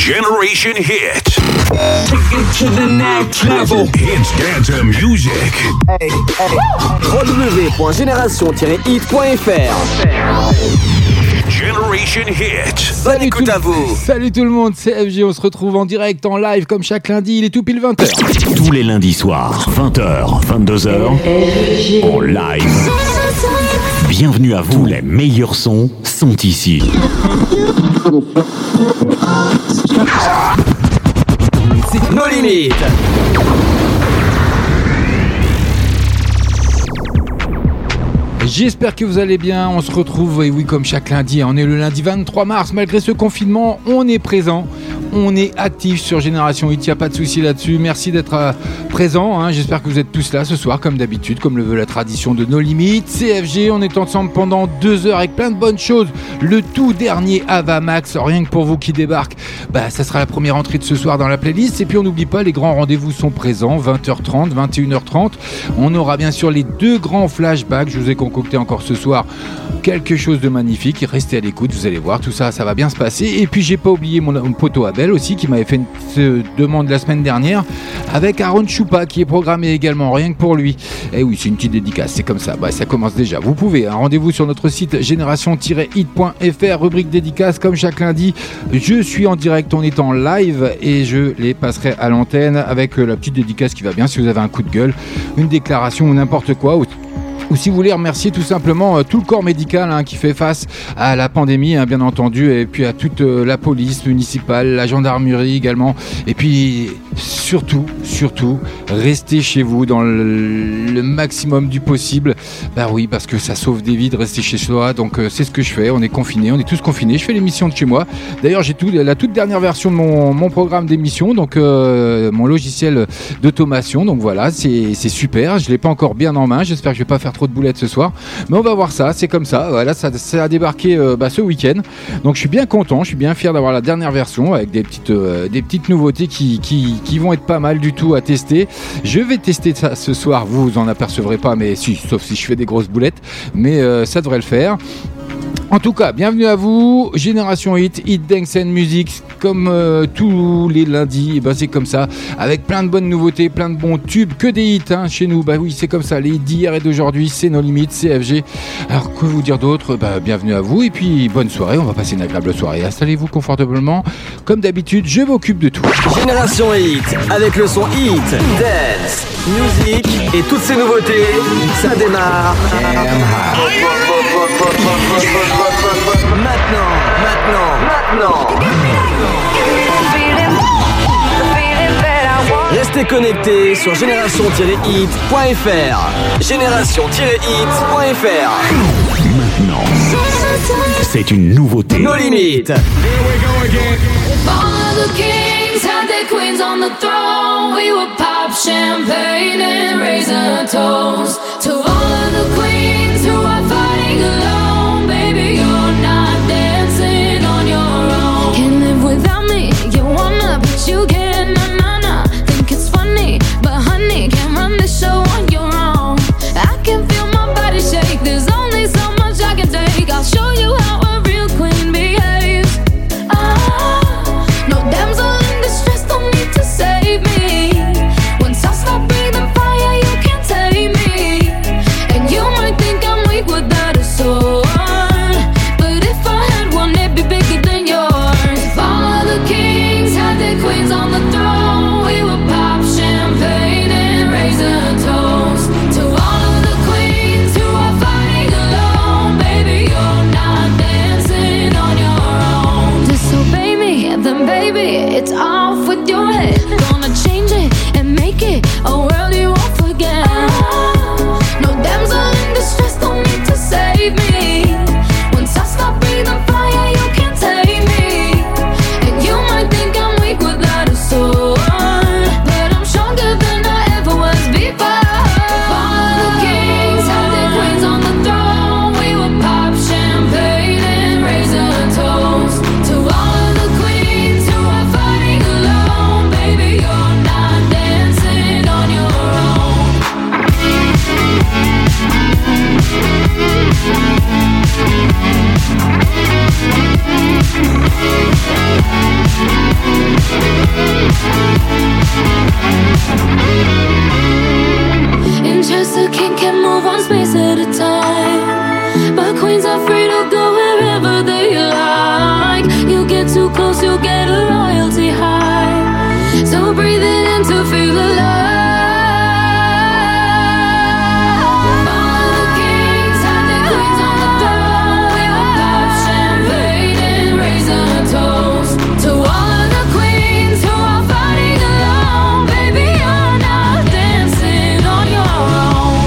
Generation Hit. Take it to the next level. Hits dance music. www.génération-hit.fr. Generation Hit. Bonne écoute à vous. Salut tout le monde, c'est FG, on se retrouve en direct, en live, comme chaque lundi, il est tout pile 20h. Tous les lundis soirs, 20h, 22h, en live. Bienvenue à vous, les meilleurs sons sont ici. C'est nos limites. J'espère que vous allez bien, on se retrouve, et oui, comme chaque lundi, on est le lundi 23 mars, malgré ce confinement, on est présent, on est actif sur Génération Hit, il n'y a pas de souci là-dessus, merci d'être présent, hein. J'espère que vous êtes tous là ce soir, comme d'habitude, comme le veut la tradition de nos limites, CFG, on est ensemble pendant 2 heures avec plein de bonnes choses, le tout dernier Avamax, rien que pour vous qui débarquent, ça sera la première entrée de ce soir dans la playlist, et puis on n'oublie pas, les grands rendez-vous sont présents, 20h30, 21h30, on aura bien sûr les 2 grands flashbacks, je vous ai concocté encore ce soir quelque chose de magnifique, restez à l'écoute, vous allez voir, tout ça, ça va bien se passer. Et puis j'ai pas oublié mon poteau Abel aussi qui m'avait fait une demande la semaine dernière avec Aaron Choupa qui est programmé également, rien que pour lui. Et oui, c'est une petite dédicace, c'est comme ça, ça commence déjà. Vous pouvez, rendez-vous sur notre site génération-hit.fr, rubrique dédicace, comme chaque lundi, je suis en direct, on est en live et je les passerai à l'antenne avec la petite dédicace qui va bien si vous avez un coup de gueule, une déclaration ou n'importe quoi. Ou si vous voulez remercier tout simplement tout le corps médical qui fait face à la pandémie, bien entendu, et puis à toute la police municipale, la gendarmerie également, et puis surtout, restez chez vous dans le maximum du possible. Oui, parce que ça sauve des vies de rester chez soi, donc c'est ce que je fais, on est confinés, on est tous confinés, je fais l'émission de chez moi. D'ailleurs, j'ai la toute dernière version de mon programme d'émission, donc mon logiciel d'automation, donc voilà, c'est super, je ne l'ai pas encore bien en main, j'espère que je ne vais pas faire trop de boulettes ce soir, mais on va voir ça, c'est comme ça, voilà, ça a débarqué ce week-end, donc je suis bien content, je suis bien fier d'avoir la dernière version avec des petites nouveautés qui vont être pas mal du tout à tester. Je vais tester ça ce soir, vous en apercevrez pas, mais si, sauf si je fais des grosses boulettes, mais ça devrait le faire. En tout cas, bienvenue à vous, Génération Hit, Hit Dance and Music, comme tous les lundis, c'est comme ça, avec plein de bonnes nouveautés, plein de bons tubes, que des hits chez nous, oui c'est comme ça, les hits d'hier et d'aujourd'hui, c'est nos limites, c'est FG. Alors que vous dire d'autre, bienvenue à vous, et puis bonne soirée, on va passer une agréable soirée, installez-vous confortablement, comme d'habitude, je m'occupe de tout. Génération Hit, avec le son Hit, Dance, Music et toutes ces nouveautés, ça démarre. Maintenant. Restez connectés sur génération-hit.fr. Génération-hit.fr. Maintenant, c'est une nouveauté. Nos limites. All of the kings had their queens on the throne. We would pop champagne and raise a toast to all of the queens who are fighting alone. Baby, you're not dancing on your own. Can't live without me. You wanna, but you can't. Nah. Think it's funny, but honey, can't run the show on your own. I can feel my body shake. There's only so much I can take. I'll show you how a real queen behaves. No damsel in distress, don't need to save me. Once I stop breathing fire, you can't take me. And you might think I'm weak without a sword, but if I had one, it'd be bigger than yours. If all of the kings had their queens on the throne, we would pop champagne and raise a toast to all of the queens who are fighting alone. Baby, you're not dancing on your own. Disobey me, then baby, it's off with your head. Gonna change it and make it a world you won't forget. No damsel in distress, don't need to save me. Once I stop breathing fire, you can't take me. And you might think I'm weak without a sword, but I'm stronger than I ever was before. If all of the kings had their queens on the throne, we would pop champagne and raise a toast to all of the queens who are fighting alone. Baby, you're So breathe it in to feel the love. All the kings and the queens on the throne. We will pop champagne and raise a toast to all of the queens who are fighting alone. Baby, you're not dancing on your own.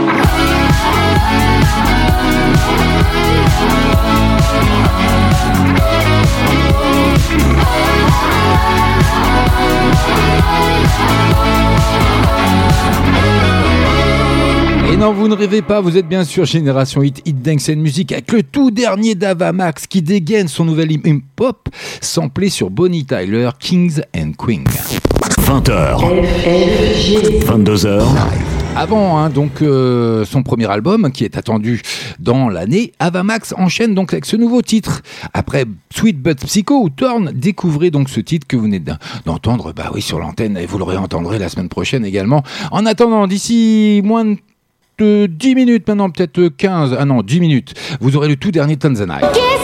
Et non, vous ne rêvez pas, vous êtes bien sûr Génération Hit, Hit Dance and Music avec le tout dernier d'Ava Max qui dégaine son nouvel hymne pop samplé sur Bonnie Tyler, Kings and Queens. 20h, 22h, Avant son premier album qui est attendu dans l'année, Ava Max enchaîne donc avec ce nouveau titre. Après Sweet But Psycho ou Torn, découvrez donc ce titre que vous venez d'entendre sur l'antenne et vous le réentendrez la semaine prochaine également. En attendant, d'ici moins de 10 minutes maintenant, peut-être 15, 10 minutes, vous aurez le tout dernier Tanzanite.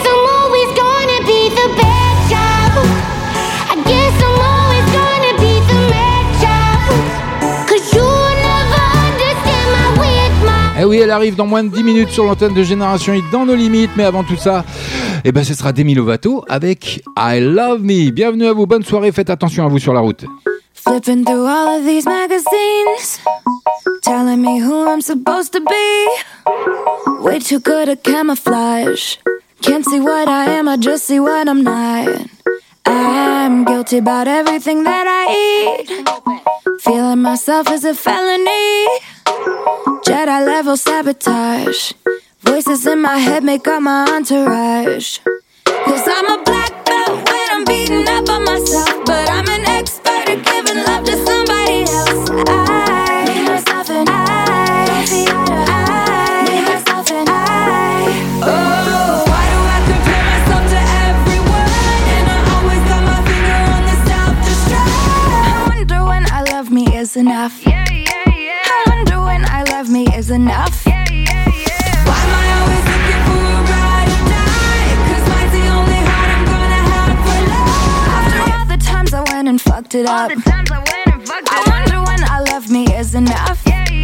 Eh oui, elle arrive dans moins de 10 minutes sur l'antenne de Génération Hit dans nos limites, mais avant tout ça, ce sera Demi Lovato avec I Love Me. Bienvenue à vous, bonne soirée, faites attention à vous sur la route. Flipping through all of these magazines, telling me who I'm supposed to be. Way too good at camouflage. Can't see what I am, I just see what I'm not. I'm guilty about everything that I eat. Feeling myself is a felony. Jedi level sabotage. Voices in my head make up my entourage. 'Cause I'm a black belt when I'm beating up on myself, but I'm an expert at giving love to somebody else. I need myself and I need myself and I. Oh, why do I compare myself to everyone? And I always got my finger on the self-destruct. I wonder when I love me is enough. I wonder when I love me is enough. Why am I always looking for a ride or die? 'Cause mine's the only heart I'm gonna have for love. After all the times I went and fucked it up, I wonder when I love me is enough.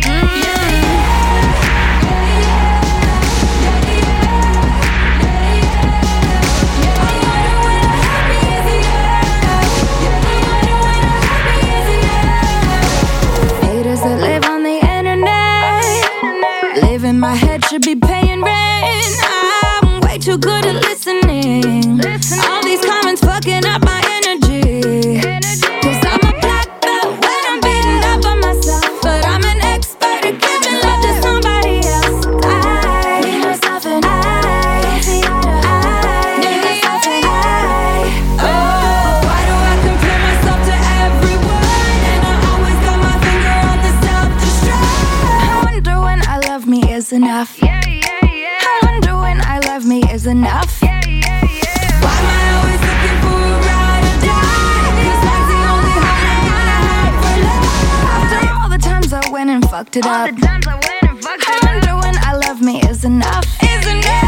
Haters that live on the internet, live in my head, should be paying rent. I'm way too good at listening. All these comments fucking up my energy. 'Cause I'm a black belt when I'm beating up on myself, but I'm an expert at giving love to somebody else. I need myself and I need myself and I. Oh, why do I compare myself to everyone? And I always got my finger on the self-destruct. I wonder when I love me is enough. I wonder when I love me is enough. Why am I always looking for a ride or die? 'Cause mine's the only heart I'm gonna have for love. After all the times I went and fucked it up, I wonder when I love me is enough. Is enough.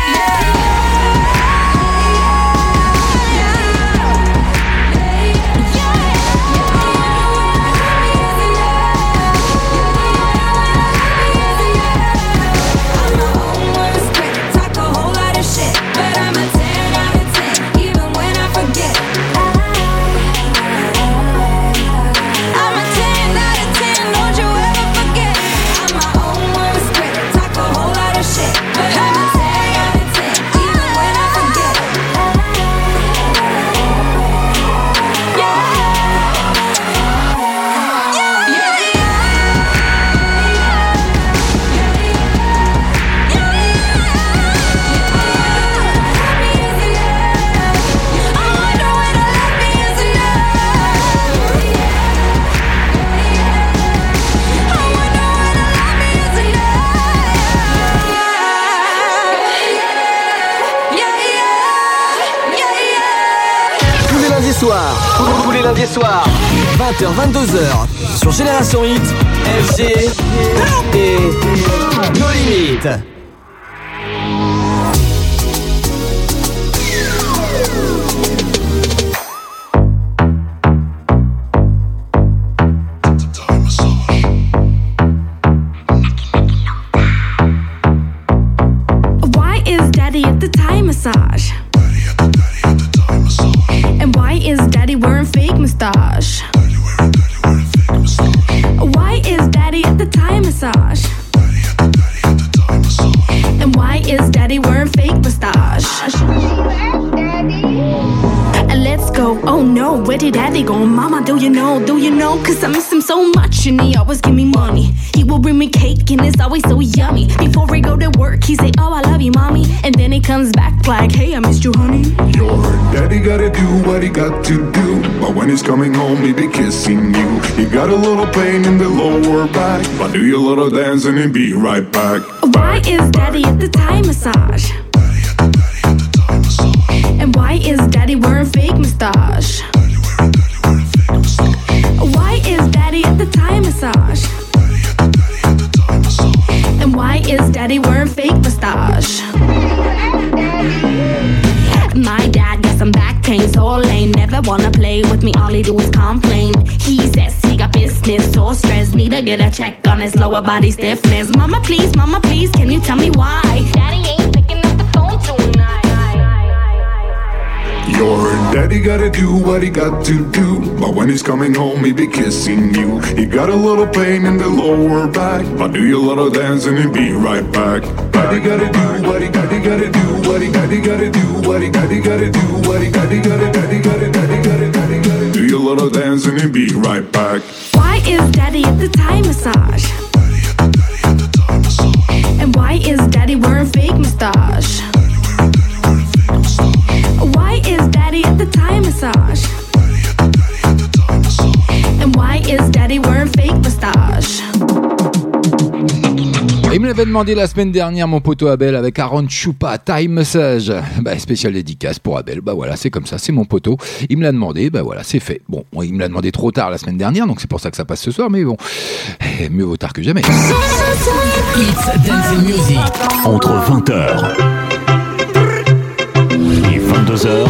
Tous les lundis soirs, 20h-22h, sur Génération Hit, FG et nos limites. wearing fake mustache? Why is daddy at the Thai massage? And why is daddy wearing fake mustache? And let's go, oh no, where did daddy go? Mama, do you know, cause I miss him so much. And he always give me money. He will bring me cake and it's always so yummy. Before we go to work, he say, oh, I love you, mommy. And then he comes back like, hey, I missed you, honey. Your daddy gotta do what he got to do, but when he's coming home, he be kissing you. He got a little pain in the lower back, but do your little dance and he'll be right back. Why is daddy at the Thai massage? And why is daddy wearing fake mustache? Why is daddy at the Thai massage? And why is daddy wearing fake mustache? My dad got some back pain, so lame. Never wanna play with me, all he do is complain. He says he got business, so stressed. Need to get a check on his lower body stiffness. Mama please, can you tell me why? Daddy ain't picking up the phone tonight. Your daddy gotta do what he got to do, but when he's coming home, he be kissing you. He got a little pain in the lower back, but do your little dance and he'll be right back. Daddy gotta do what he gotta do, what he gotta do, what he gotta do, what he gotta do your little dance and he'll be right back. Why is daddy at the Thai massage? And why is daddy wearing fake mustache? Why is daddy at the Thai massage? And why is daddy wearing fake mustache? Il me l'avait demandé la semaine dernière, mon poteau Abel, avec Aaron Chupa, Thai Massage. Spécial dédicace pour Abel. Voilà, c'est comme ça, c'est mon poteau. Il me l'a demandé, voilà, c'est fait. Bon, il me l'a demandé trop tard la semaine dernière, donc c'est pour ça que ça passe ce soir, mais bon, mieux vaut tard que jamais. It's Dancing Music. Entre 20h et 22h.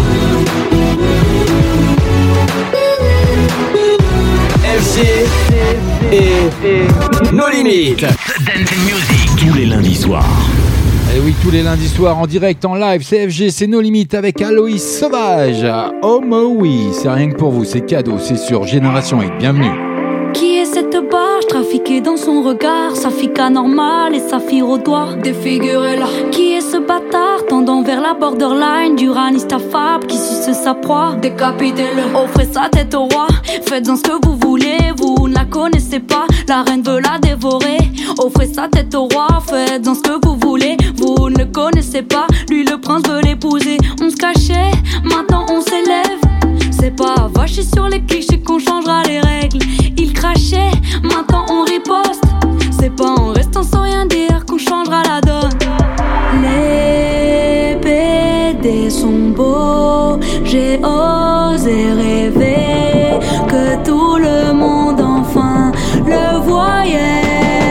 FG et nos limites. Dancing Music. Tous les lundis soirs. Et oui, tous les lundis soirs en direct, en live, CFG, c'est nos limites avec Aloïs Sauvage. Oh moi oui, c'est rien que pour vous, c'est cadeau, c'est sur Génération 8. Bienvenue. Qui est cette barge trafiquée dans son regard? Sa fille anormale et sa fille au doigt. Défigurez-la. Qui est ce bâtard tendant vers la borderline? Du raniste affable qui suce sa proie. Décapitez-le. Offrez sa tête au roi. Faites-en ce que vous voulez. Vous ne la connaissez pas. La reine veut la dévorer. Offrez sa tête au roi. Faites-en ce que vous voulez. Vous ne le connaissez pas. Lui le prince veut l'épouser. On se cachait, maintenant on s'élève. C'est pas vacher sur les clichés qu'on changera les règles. Il crachait, maintenant on riposte. C'est pas en restant sans rien dire qu'on changera la donne. Les PD sont beaux. J'ai osé rêver que tout le monde enfin le voyait.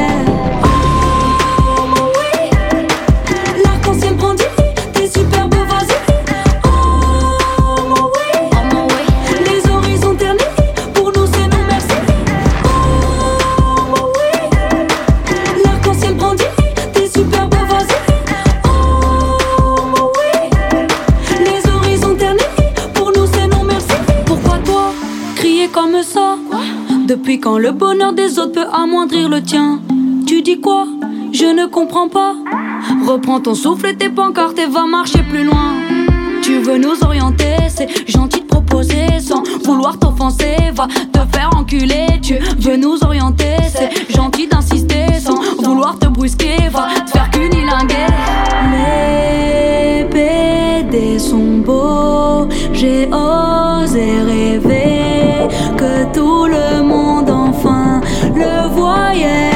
Depuis quand le bonheur des autres peut amoindrir le tien? Tu dis quoi? Je ne comprends pas. Reprends ton souffle et tes pancartes et va marcher plus loin. Tu veux nous orienter, c'est gentil de proposer sans vouloir t'offenser. Va te faire enculer, tu veux nous orienter, c'est gentil d'insister sans vouloir te brusquer. Va te faire cunilinguer. Les PD sont beaux, j'ai osé rêver que tout le monde enfin le voyait.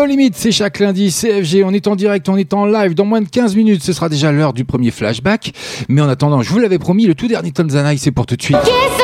No Limit, c'est chaque lundi, CFG, on est en direct, on est en live, dans moins de 15 minutes, ce sera déjà l'heure du premier flashback, mais en attendant, je vous l'avais promis, le tout dernier Tanzanite, c'est pour tout de suite.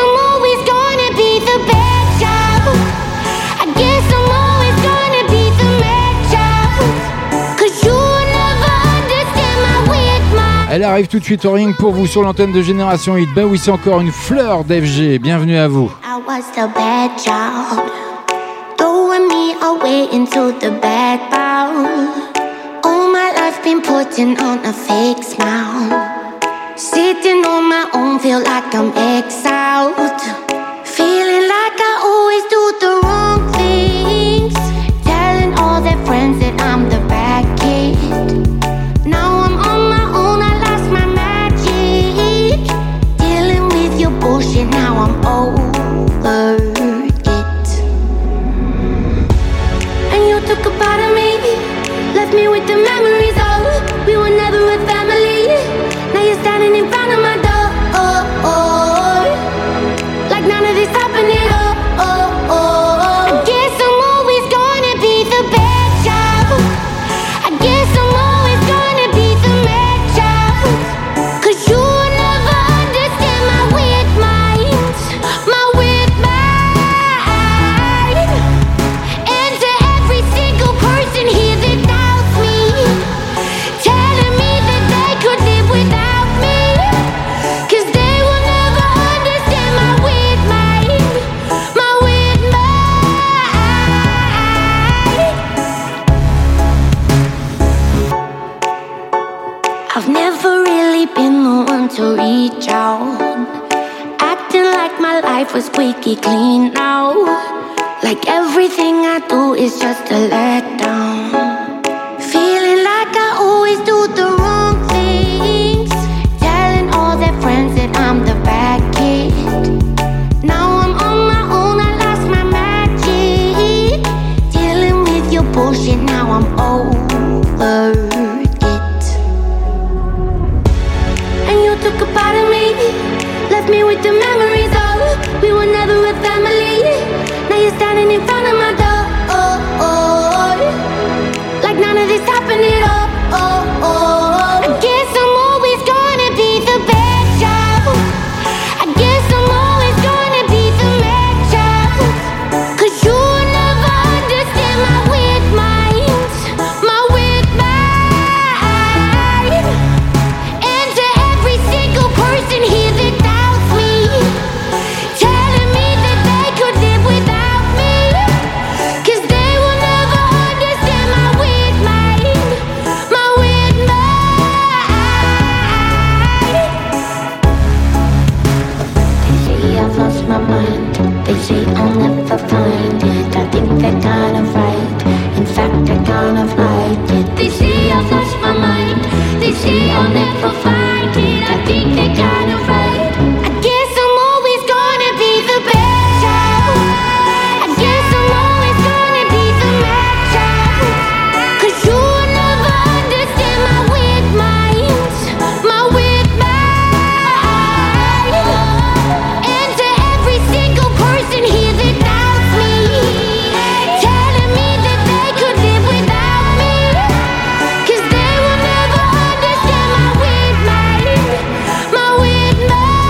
Elle arrive tout de suite au ring pour vous sur l'antenne de Génération Hit. Ben oui, c'est encore une fleur d'FG. Bienvenue à vous. I was the bad child, throwing me away into the bad bowl. All my life been putting on a fake smile. Sitting on my own, feel like I'm exiled. Feeling like I always do the wrong things. Telling all their friends that I'm the bad kid. Now I'm on my own, I lost my magic. Dealing with your bullshit, now I'm over it. And you took a part of me, left me with the memories of we were never a family. Now you're standing in front of my door. Like none of this happened at all. I guess I'm always gonna be the bad child. I guess I'm always gonna be the mad child. 'Cause you will never understand my weird mind. My weird mind. And to every single person here that doubts me, telling me that they could live without me. 'Cause they will never understand my weird mind. My weird mind. I've never really been the one to reach out, acting like my life was squeaky clean now. Like everything I do is just a letdown. Feeling like I always do the wrong things. Telling all their friends that I'm the bad kid. Now I'm on my own, I lost my magic. Dealing with your bullshit, now I'm over it. And you took a part of me, left me with the memories of we were never a family. Now you're standing in front of my door. Like none of this happened at all. I guess I'm always gonna be the bad child. I guess I'm always gonna be the mad child. 'Cause you will never understand my weird mind. My weird mind. And to every single person here that doubts me, telling me that they could live without me. 'Cause they will never understand my weird mind. My weird mind. They say I've lost my mind. They say I'll never find it. I think they're kind of right. In fact, they're kind of right. They say I've lost my mind. They say I'll never find it. I think they're kind of right. I guess I'm always gonna be the bad child. I guess I'm always gonna be the mad child. 'Cause you will never understand my weird mind. My weird mind. And to every single person here that doubts me, telling me that they could live without me. 'Cause they will never understand my weird mind. My weird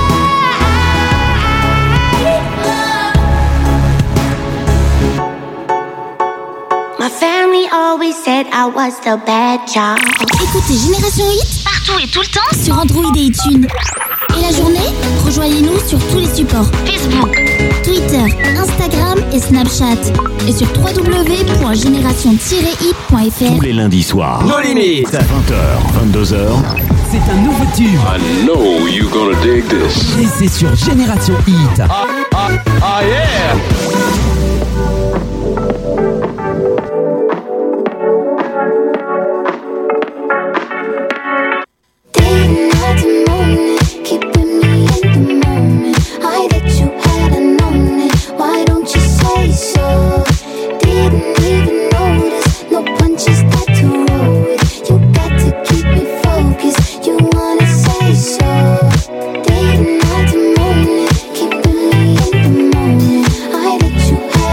mind. My family always said I was the bad child. Écoutez Génération Hit partout et tout le temps sur Android et iTunes. Et la journée, rejoignez-nous sur tous les supports Facebook, Twitter, Instagram et Snapchat. Et sur www.génération-hit.fr. Tous les lundis soirs. No Limit. 20h, 22h. C'est un nouveau tube. I know you're gonna dig this. Et c'est sur Génération Hit. Ah yeah! You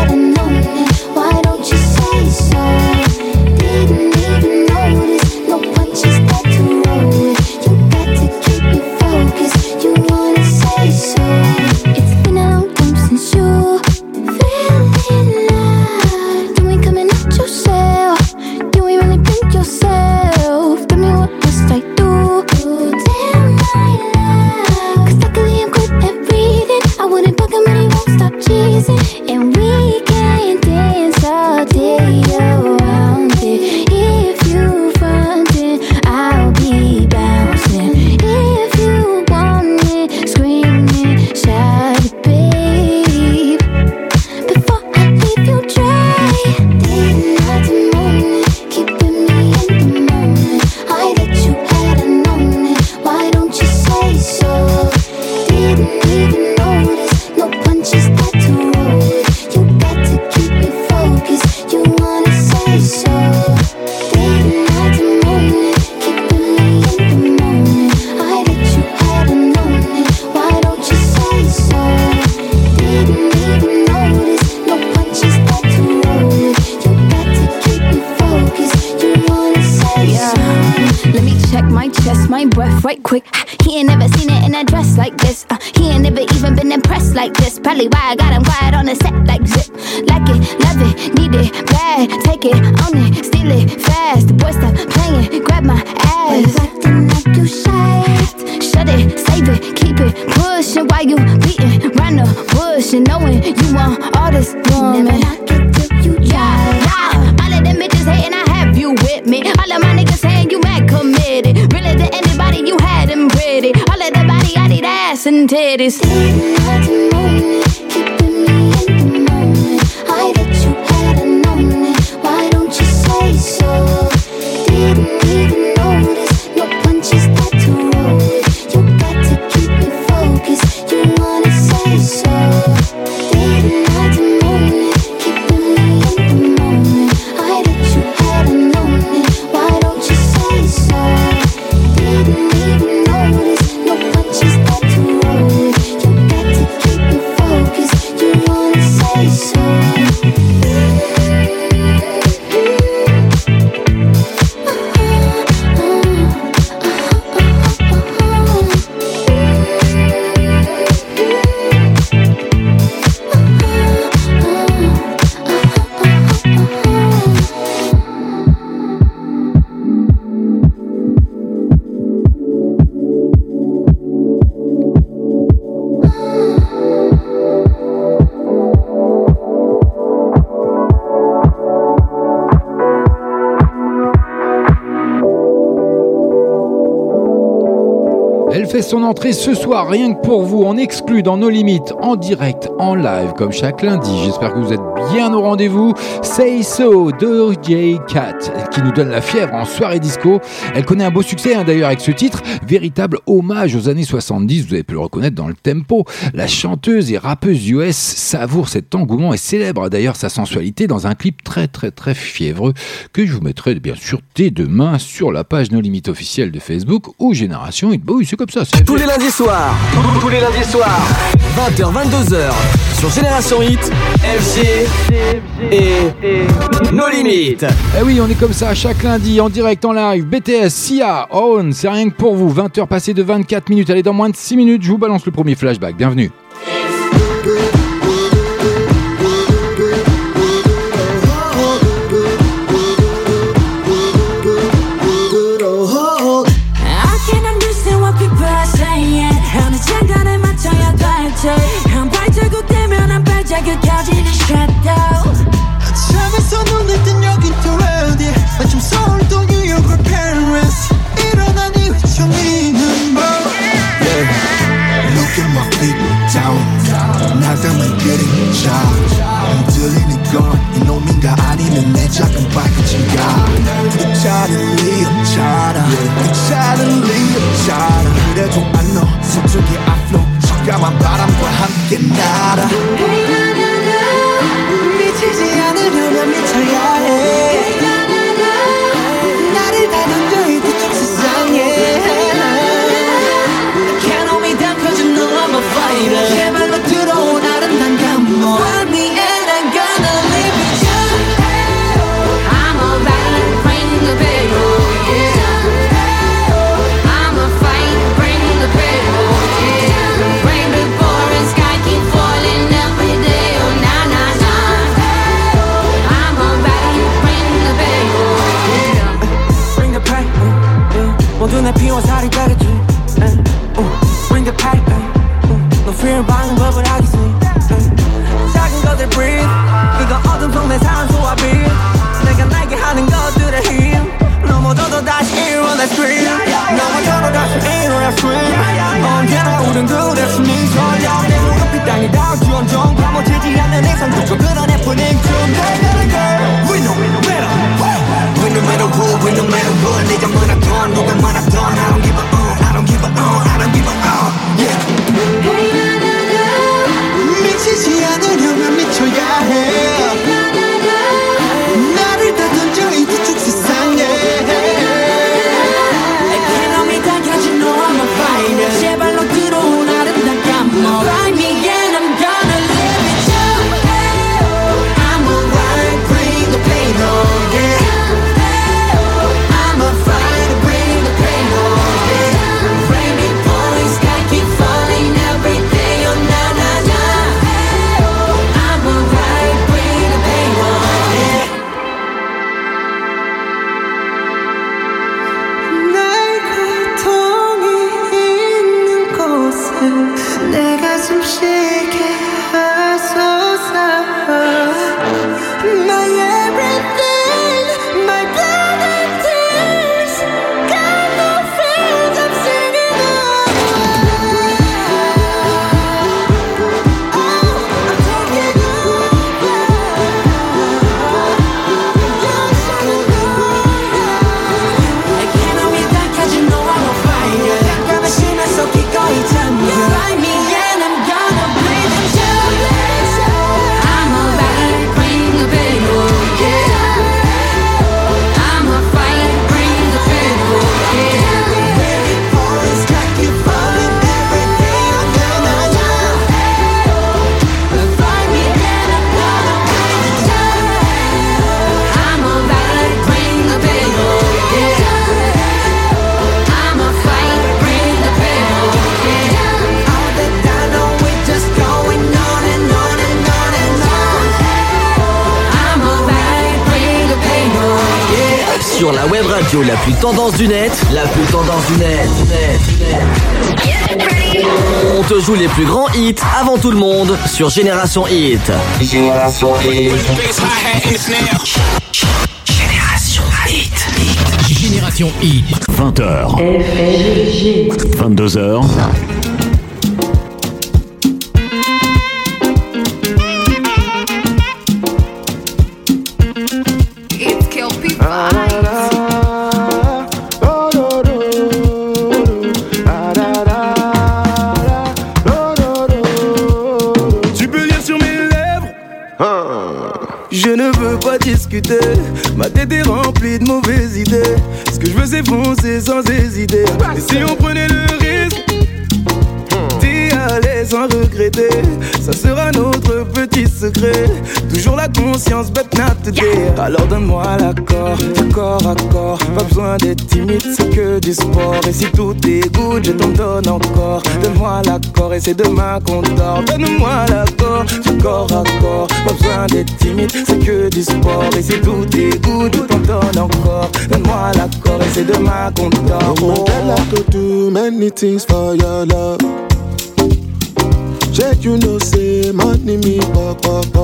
dancing, and we can dance all day around it. If you frontin', I'll be bouncing. If you want it, scream it, shout it, babe. Before I leave you dry, day, night, and morning, keeping me in the moment. I that you hadn't known it. Why don't you say so? Didn't even notice. No punches that to roll with. You got to keep me focused. You wanna say so? Day, night, and morning, keeping me in the moment. I that you hadn't known it. Why don't you say so? Didn't even notice. No punches that to roll with. You got to keep me focused. You wanna say so? Let me check my chest, my breath right quick. He ain't never seen it in a dress like this. He ain't never even been impressed like this. Probably why I got him quiet on the set like zip. Like it, love it, need it, bad. Take it, own it, steal it, fast. The boy stop playing, grab my ass. Acting like you shy. Shut it, save it, keep it pushing while you beating round the bush and knowing you want all this woman. Never knock it till you try. Yeah. All of them bitches hating, I have you with me. All of my niggas saying you mad committed. Really to anybody, you had them pretty. All of the body, I need ass and titties. Night and morning, keeping me in the moment. I that you hadn't known it. Why don't you say so? Didn't even notice. No punches that to roll with. You got to keep me focused. You wanna say so? Night and morning, keeping me in the moment. I that you hadn't known it. Why don't you say so? Didn't even notice. No punches that to roll with. You got to keep me focused. You wanna say so? Elle fait son entrée ce soir, rien que pour vous, en exclu dans nos limites, en direct, en live, comme chaque lundi. J'espère que vous êtes bien au rendez-vous. Say So de J Cat, qui nous donne la fièvre en soirée disco. Elle connaît un beau succès d'ailleurs avec ce titre, véritable hommage aux années 70, vous avez pu le reconnaître dans le tempo. La chanteuse et rappeuse US savoure cet engouement et célèbre d'ailleurs sa sensualité dans un clip très très très fiévreux que je vous mettrai bien sûr dès demain sur la page No Limites officielle de Facebook ou Génération Hit. Bah oui, c'est comme ça. Tous les lundis soirs, 20h, 22h, sur Génération Hit, FG et No Limites. Eh oui, on est comme ça chaque lundi en direct, en live. BTS, Sia, On, c'est rien que pour vous. 20h passées de 24 minutes. Allez, dans moins de 6 minutes, je vous balance le premier flashback. Bienvenue. 잠에서 눈을 뜬 여긴 또 어디 마침 서울 또 뉴욕을 페리스 일어난 이후 정리는 뭐 Look at my feet down 나가면 getting job 흔들리는 건 이놈인가 아니면 내 작은 발끝인가 이 차는 리 없잖아 이 차는 리 없잖아 그래도 I know 서쪽의 앞로 차가운 바람과 함께 날아 미치지 않으려면 미쳐야 해 나를 다 던져 이 뒤쪽 세상에 Can't hold me down cause you know I'm a fighter 제발로 들어온 아름다운 감동 Find me and I'm gonna live with you I'm a ride, bring the payroll, yeah I'm a fight, bring the payroll, yeah Rain before and sky keep falling down street 너와 다시 일어날 street 언제나 우린 그랬으니 전혀 내 무릎이 땅이 닿을지언정 파묻히지 않는 이상 그저 그런 해프닝 중 We know better We no matter who, we no matter what 네가 뭐라던 누가 말하던 I don't give a I don't give a I don't give a yeah 미치지 않으려면 미쳐야 해 나를 다 던져 이 두쪽 세상에 에코노미 다 가진 너 I'm a fighter 제발로 들어온 아름다운 감목 Find me and I'm gonna live it up I'm a ride, bring the pain on, yeah I'm a fighter, bring the pain on, yeah Rainy boys, sky keep falling every day, oh na na na I'm a ride, bring the pain on, yeah 날 고통이 있는 곳에 내 가슴 쉬게 하소서 My everything, my blood and tears got no friends, I'm singing I'm taking over 에코노미 다 가진 너 I'm a fighter 약간의 심해서 기꺼이 잠겨 Find me and I'm gonna bring it to I'm a ride, bring the pain, oh yeah I'm a fight, bring the pain, oh yeah Baby boys, got you falling every day, oh na na na Find me and I'm gonna bring it to I'm a ride, bring the pain, oh yeah I'm a fight, bring the pain, oh yeah All the time, no, we're just going on and on and on and on I'm a ride, bring the pain, oh yeah Sur la web radio la plus tendance du net, on te joue les plus grands hits avant tout le monde sur Génération Hit. Génération Hit. Génération Hit. 20h. 22h. It's Kelpie Tu peux lire sur mes lèvres Je ne veux pas discuter Ma tête est remplie de mauvaises idées Ce que je veux c'est foncer sans hésiter Et si on prenait le risque T'y aller sans regretter Ça sera notre petit secret Toujours la conscience but not today Alors donne-moi l'accord, du corps à corps Pas besoin d'être timide, c'est que du sport Et si tout est good, je t'en donne encore Donne-moi l'accord et c'est demain qu'on dort Donne-moi l'accord, du corps à corps Pas besoin d'être timide, c'est que du sport Et si tout est good, je t'en donne encore Donne-moi l'accord et c'est demain qu'on dort Oh, girl, I could do many things for your love Check you know say money me pop.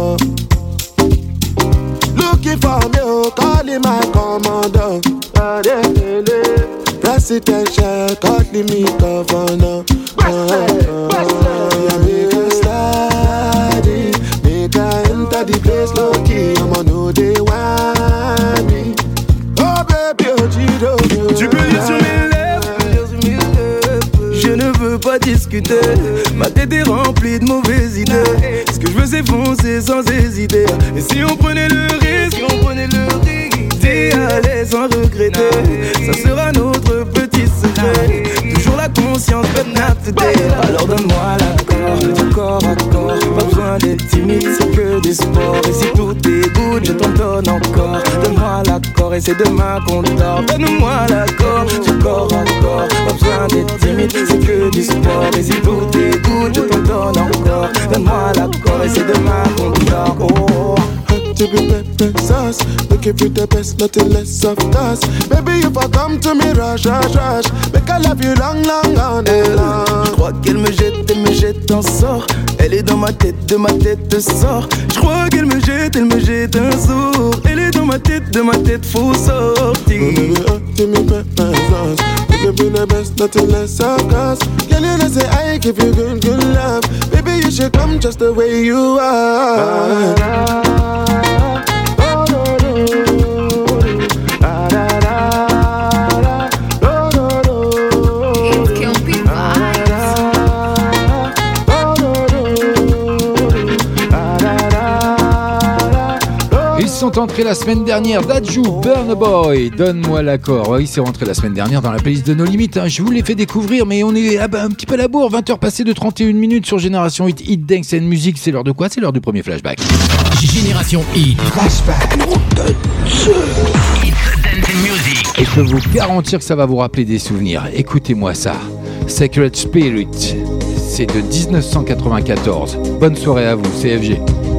Looking for me, oh, calling my commander Presidential, calling me governor Make a study, make I enter the place low key I'ma know they want me Oh baby, oh Gido Tu peux lire sur mes lèvres Je ne veux pas discuter Ma tête est remplie de mauvaises idées Ce que je veux c'est foncer sans hésiter Et si on prenait le risque T'y aller sans regretter Ça sera notre petit secret Toujours la conscience but not today Alors donne-moi l'accord, du corps à corps Pas besoin d'être timide, c'est que du sport Et si tout est good, je t'en donne encore Donne-moi l'accord et c'est demain qu'on dort Donne-moi l'accord, du corps à corps Pas besoin d'être timide, c'est que du sport Et si tout est good, je t'en donne encore Donne-moi l'accord et c'est demain qu'on dort Oh, to be pepe, so us. Make you feel the best, nothing less of us. Baby, if I come to me, rush, rush, rush. Make I love you long, long, on and long. J'crois qu'elle me jette un sort. Elle est dans ma tête, de ma tête sort. J'crois qu'elle me jette un sort. Elle est dans ma tête, faut sortir. Baby, give me presents. Make you feel the best, nothing less of us. Can you not say I give you good, good love? Baby, you should come just the way you are. Ils sont entrés la semaine dernière. Dadju, Burna Boy, donne-moi l'accord. Ouais, il s'est rentré la semaine dernière dans la playlist de No Limites. Hein. Je vous l'ai fait découvrir, mais on est un petit peu à la bourre. 20h passées de 31 minutes sur Génération Hit, Hit Dance and Music. C'est l'heure de quoi? C'est l'heure du premier flashback. Génération Hit. Flashback. Hit Dance and Music. Et je peux vous garantir que ça va vous rappeler des souvenirs. Écoutez-moi ça. Sacred Spirit, c'est de 1994. Bonne soirée à vous, CFG.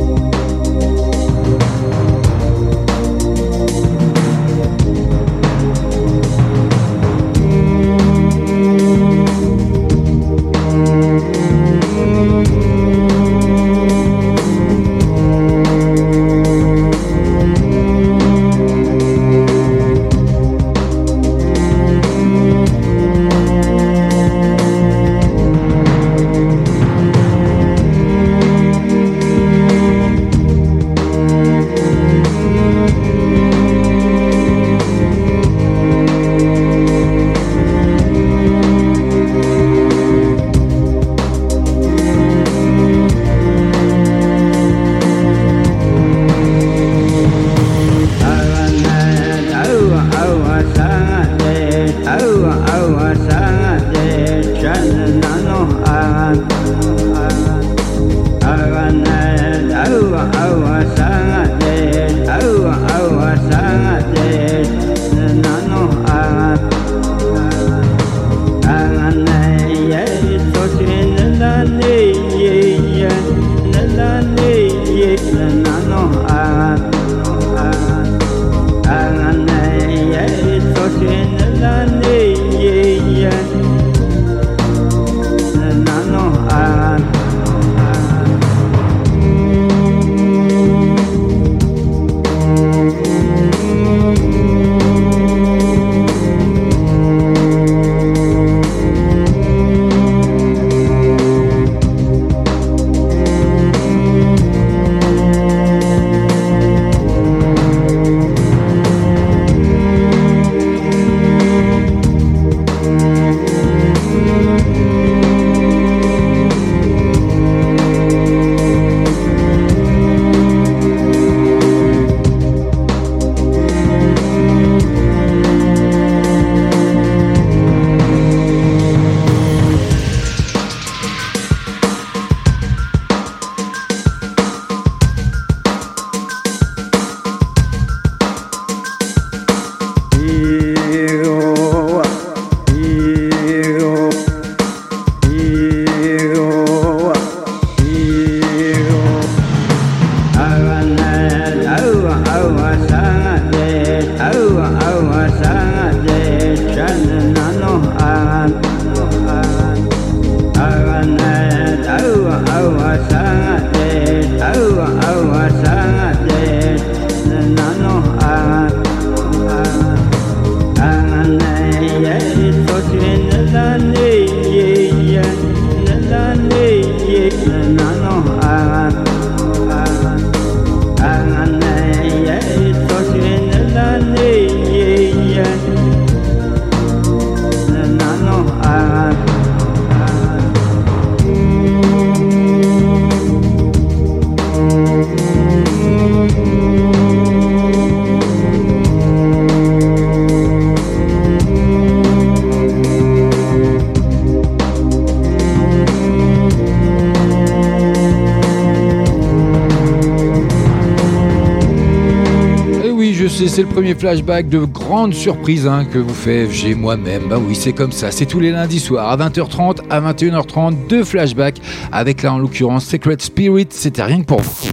C'est le premier flashback de grande surprise que vous faites, j'ai moi-même. Bah oui, c'est comme ça. C'est tous les lundis soirs à 20h30, à 21h30, deux flashbacks avec là en l'occurrence Sacred Spirit. C'était rien que pour vous.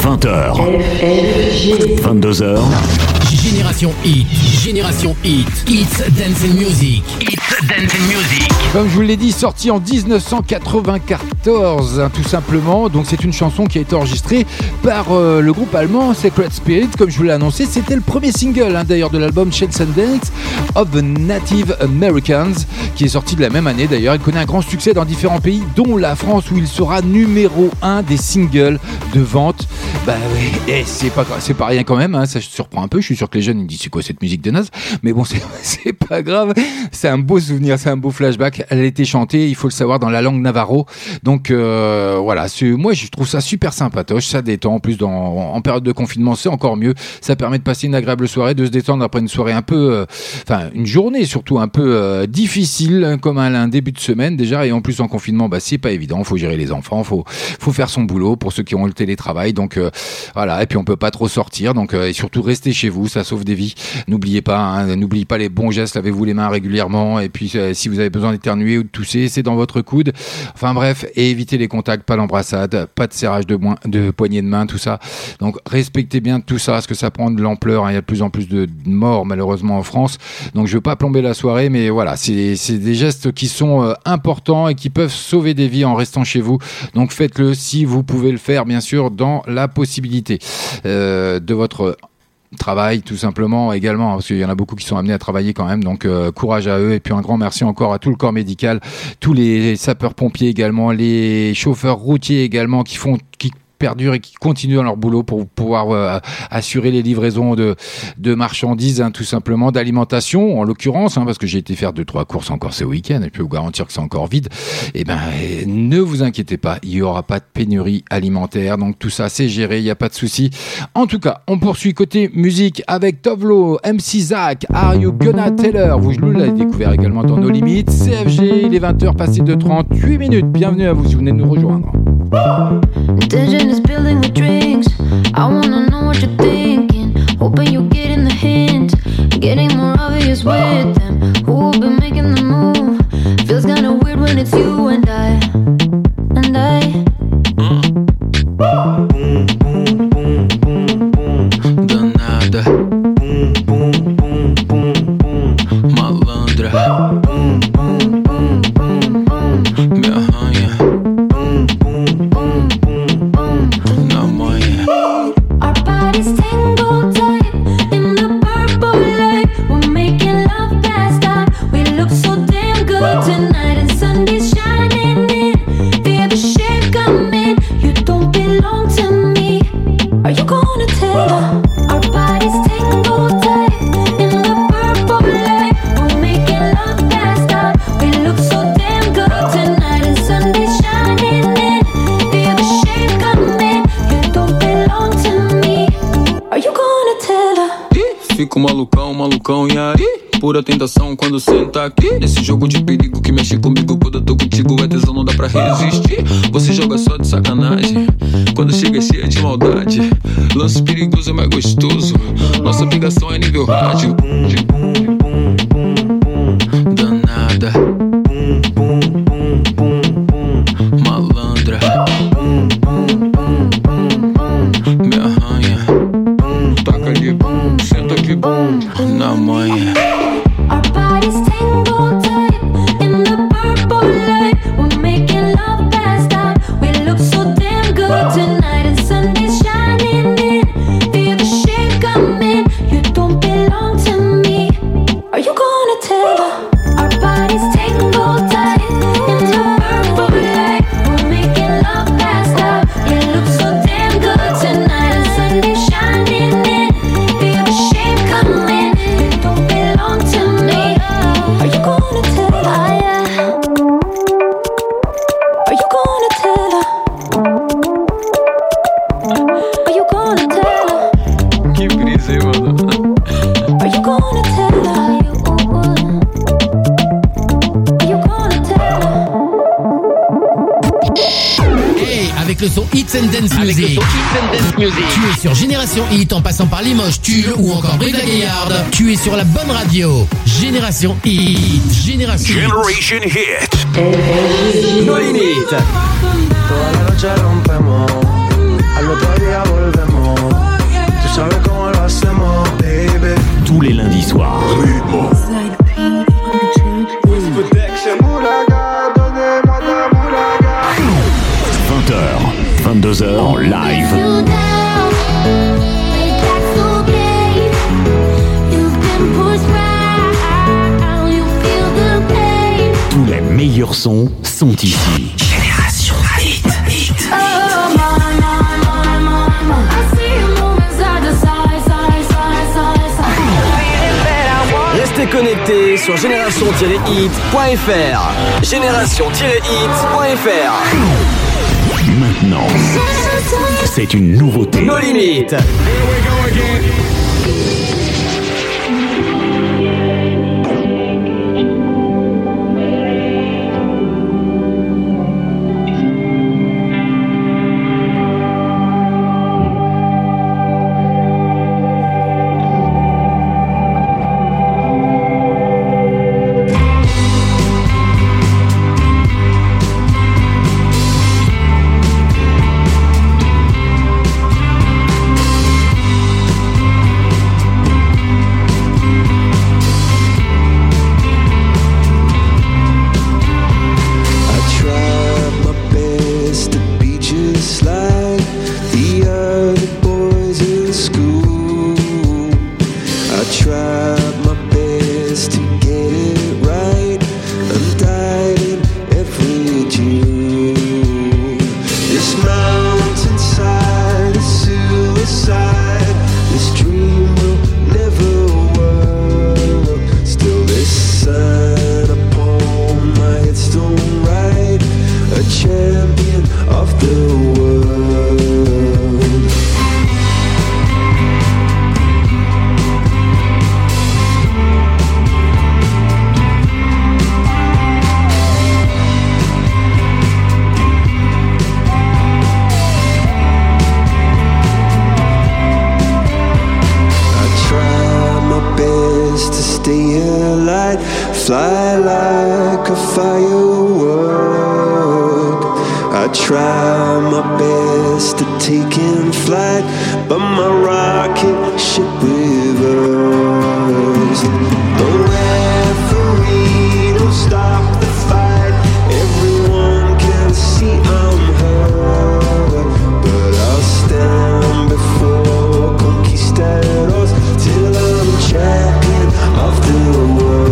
20h, 22h. Génération Hit, Génération Hit, It's Dancing Music, It's Dancing Music. Comme je vous l'ai dit, sorti en 1994, hein, tout simplement. Donc c'est une chanson qui a été enregistrée par le groupe allemand Sacred Spirit. Comme je vous l'ai annoncé, c'était le premier single hein, d'ailleurs de l'album Chants and Dance of the Native Americans, qui est sorti de la même année d'ailleurs. Il connaît un grand succès dans différents pays, dont la France, où il sera numéro 1 des singles de vente. Bah oui, et c'est pas rien quand même, hein, ça surprend un peu. Je suis sûr que les jeunes ils me disent c'est quoi cette musique de naze, mais bon c'est pas grave, c'est un beau souvenir, c'est un beau flashback. Elle a été chantée, il faut le savoir, dans la langue navarro. Donc voilà, moi je trouve ça super sympatoche, ça détend. En plus en période de confinement c'est encore mieux, ça permet de passer une agréable soirée, de se détendre après une soirée un peu, une journée surtout un peu difficile, comme un début de semaine déjà, et en plus en confinement bah c'est pas évident, faut gérer les enfants, faut faire son boulot pour ceux qui ont le télétravail, donc voilà, et puis on peut pas trop sortir, donc et surtout restez chez vous, ça sauve des vies. N'oubliez pas les bons gestes, lavez-vous les mains régulièrement, et puis si vous avez besoin d'éternuer ou de tousser, c'est dans votre coude. Enfin bref, et évitez les contacts, pas l'embrassade, pas de serrage de poignée de main, tout ça. Donc respectez bien tout ça, parce que ça prend de l'ampleur, hein. Il y a de plus en plus de morts malheureusement en France, donc je veux pas plomber la soirée, mais voilà, c'est des gestes qui sont importants et qui peuvent sauver des vies en restant chez vous. Donc faites-le si vous pouvez le faire, bien sûr, dans la possibilité de votre travail tout simplement également, parce qu'il y en a beaucoup qui sont amenés à travailler quand même, donc courage à eux, et puis un grand merci encore à tout le corps médical, tous les sapeurs-pompiers également, les chauffeurs routiers également qui perdurent et qui continuent dans leur boulot pour pouvoir assurer les livraisons de marchandises, hein, tout simplement, d'alimentation en l'occurrence, hein, parce que j'ai été faire 2-3 courses encore ce week-end et je peux vous garantir que c'est encore vide. Et ne vous inquiétez pas, il n'y aura pas de pénurie alimentaire, donc tout ça c'est géré, il n'y a pas de souci. En tout cas, on poursuit côté musique avec Tovlo, MC Zach, Are You Gonna Tell Her? Vous l'avez découvert également dans nos limites. CFG, il est 20h passé de 38 minutes. Bienvenue à vous si vous venez de nous rejoindre. Is building the drinks. I wanna know what you're thinking. Hoping you're getting the hint. Getting more obvious with them. Who'll be making the move? Feels kinda weird when it's you and I. Boom, boom, boom, boom, boom, boom. Danada. Boom, boom, boom, boom, boom. Malandra. Boom, boom, boom, boom, boom. Me arranha. Boom, boom, boom, boom, boom. Na manhã. Our bodies tangle tight in the purple light. We're making love past time. We look so damn good tonight, and Sunday's shining in. Feel the shape coming. You don't belong to me. Are you gonna tell her? Our bodies tangle tight in the purple light. We're making love past time. We look so damn good tonight, and Sunday's shining in. Feel the shape coming. You don't belong to me. Are you gonna tell her? Fico malucão, e aí? Pura tentação quando senta aqui. Nesse jogo de perigo que mexe comigo, quando eu tô contigo é tesão, não dá pra resistir. Você joga só de sacanagem, quando chega cheia de maldade. Lance perigoso é mais gostoso, nossa ligação é nível rádio. Danada. Malandra. Me arranha. Taca ali, senta aqui, na manhã. Our bodies tangle tight in the purple light. We're making love past time. We look so damn good tonight, and Sunday's shining in. Feel the shape coming. You don't belong to me. Are you gonna tell her? Our bodies tangle tight in the purple light. We're making love past time. You look so damn good tonight, and Sunday's shining in. Feel the shape coming. You don't belong to me. Are you gonna tell her? Are you gonna tell her? Are you gonna tell her? Que brisa, hein, mano? Are you gonna tell her? Are you gonna tell her? Hey, avec le son Hits and Dance Music. Tu es sur Génération Hit en passant par Limoges, Tulle ou encore Brive-la-Gaillarde. Tu es sur la bonne radio. Génération Hit. Generation Hit. Nos limites. Toda la noche rompemos, al otro día volvemos. 22h en live. Tous les meilleurs sons sont ici. Génération Hit. Restez connectés sur génération-hit.fr. Génération-hit.fr. Maintenant, c'est une nouveauté. Nos limites. Fly like a firework. I try my best to take in flight, but my rocket ship reversed. The referee don't stop the fight. Everyone can see I'm hurt, but I'll stand before conquistadors till I'm champion of the world.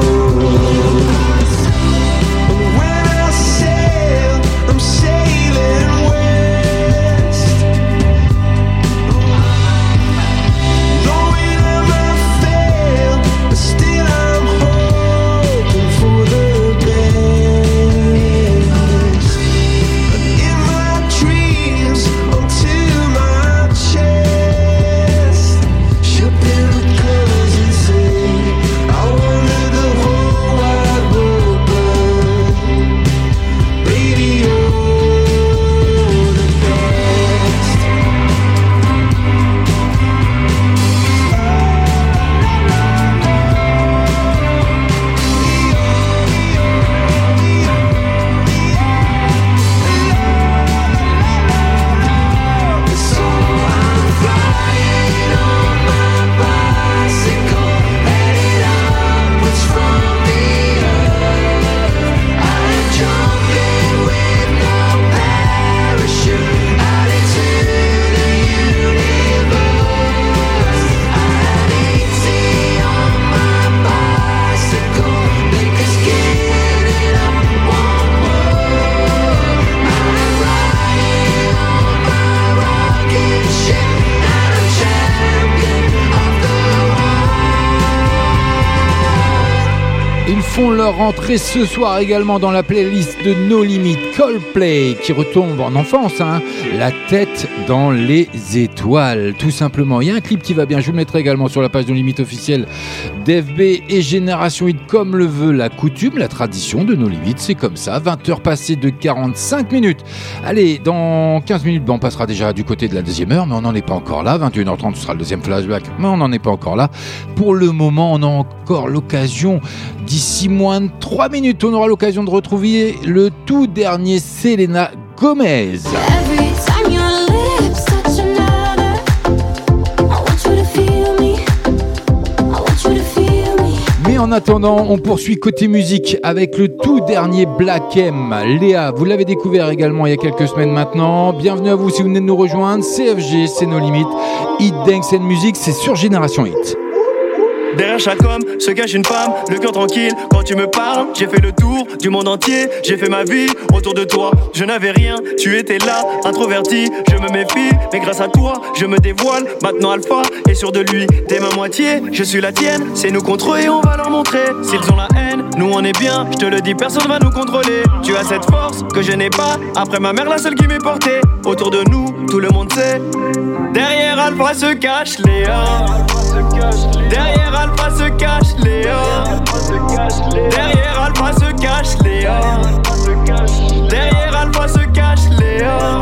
Font leur rentrée ce soir également dans la playlist de No Limit. Coldplay qui retombe en enfance, hein, la tête dans les étoiles, tout simplement. Il y a un clip qui va bien, je vous le mettrai également sur la page No Limit officielle d'FB et Génération Hit, comme le veut la coutume, la tradition de No Limit, c'est comme ça. 20h passées de 45 minutes. Allez, dans 15 minutes, on passera déjà du côté de la deuxième heure, mais on n'en est pas encore là. 21h30, ce sera le deuxième flashback, mais on n'en est pas encore là. Pour le moment, on a encore l'occasion, d'ici moins de 3 minutes, on aura l'occasion de retrouver le tout dernier Selena Gomez. Mais en attendant, on poursuit côté musique avec le tout dernier Black M. Léa, vous l'avez découvert également il y a quelques semaines maintenant. Bienvenue à vous si vous venez de nous rejoindre. CFG, c'est nos limites. Hit Dance and Music, c'est sur Génération Hit. Derrière chaque homme se cache une femme, le cœur tranquille quand tu me parles. J'ai fait le tour du monde entier, j'ai fait ma vie autour de toi. Je n'avais rien, tu étais là, introverti, je me méfie. Mais grâce à toi, je me dévoile, maintenant alpha est sûr de lui. T'es ma moitié, je suis la tienne, c'est nous contre eux et on va leur montrer. S'ils ont la haine, nous on est bien, je te le dis, personne va nous contrôler. Tu as cette force que je n'ai pas, après ma mère la seule qui m'est portée. Autour de nous, tout le monde sait, derrière Alpha se cache Léa. Derrière Alpha se cache Léa. Derrière Alpha se cache Léa. Derrière Alpha se cache Léa.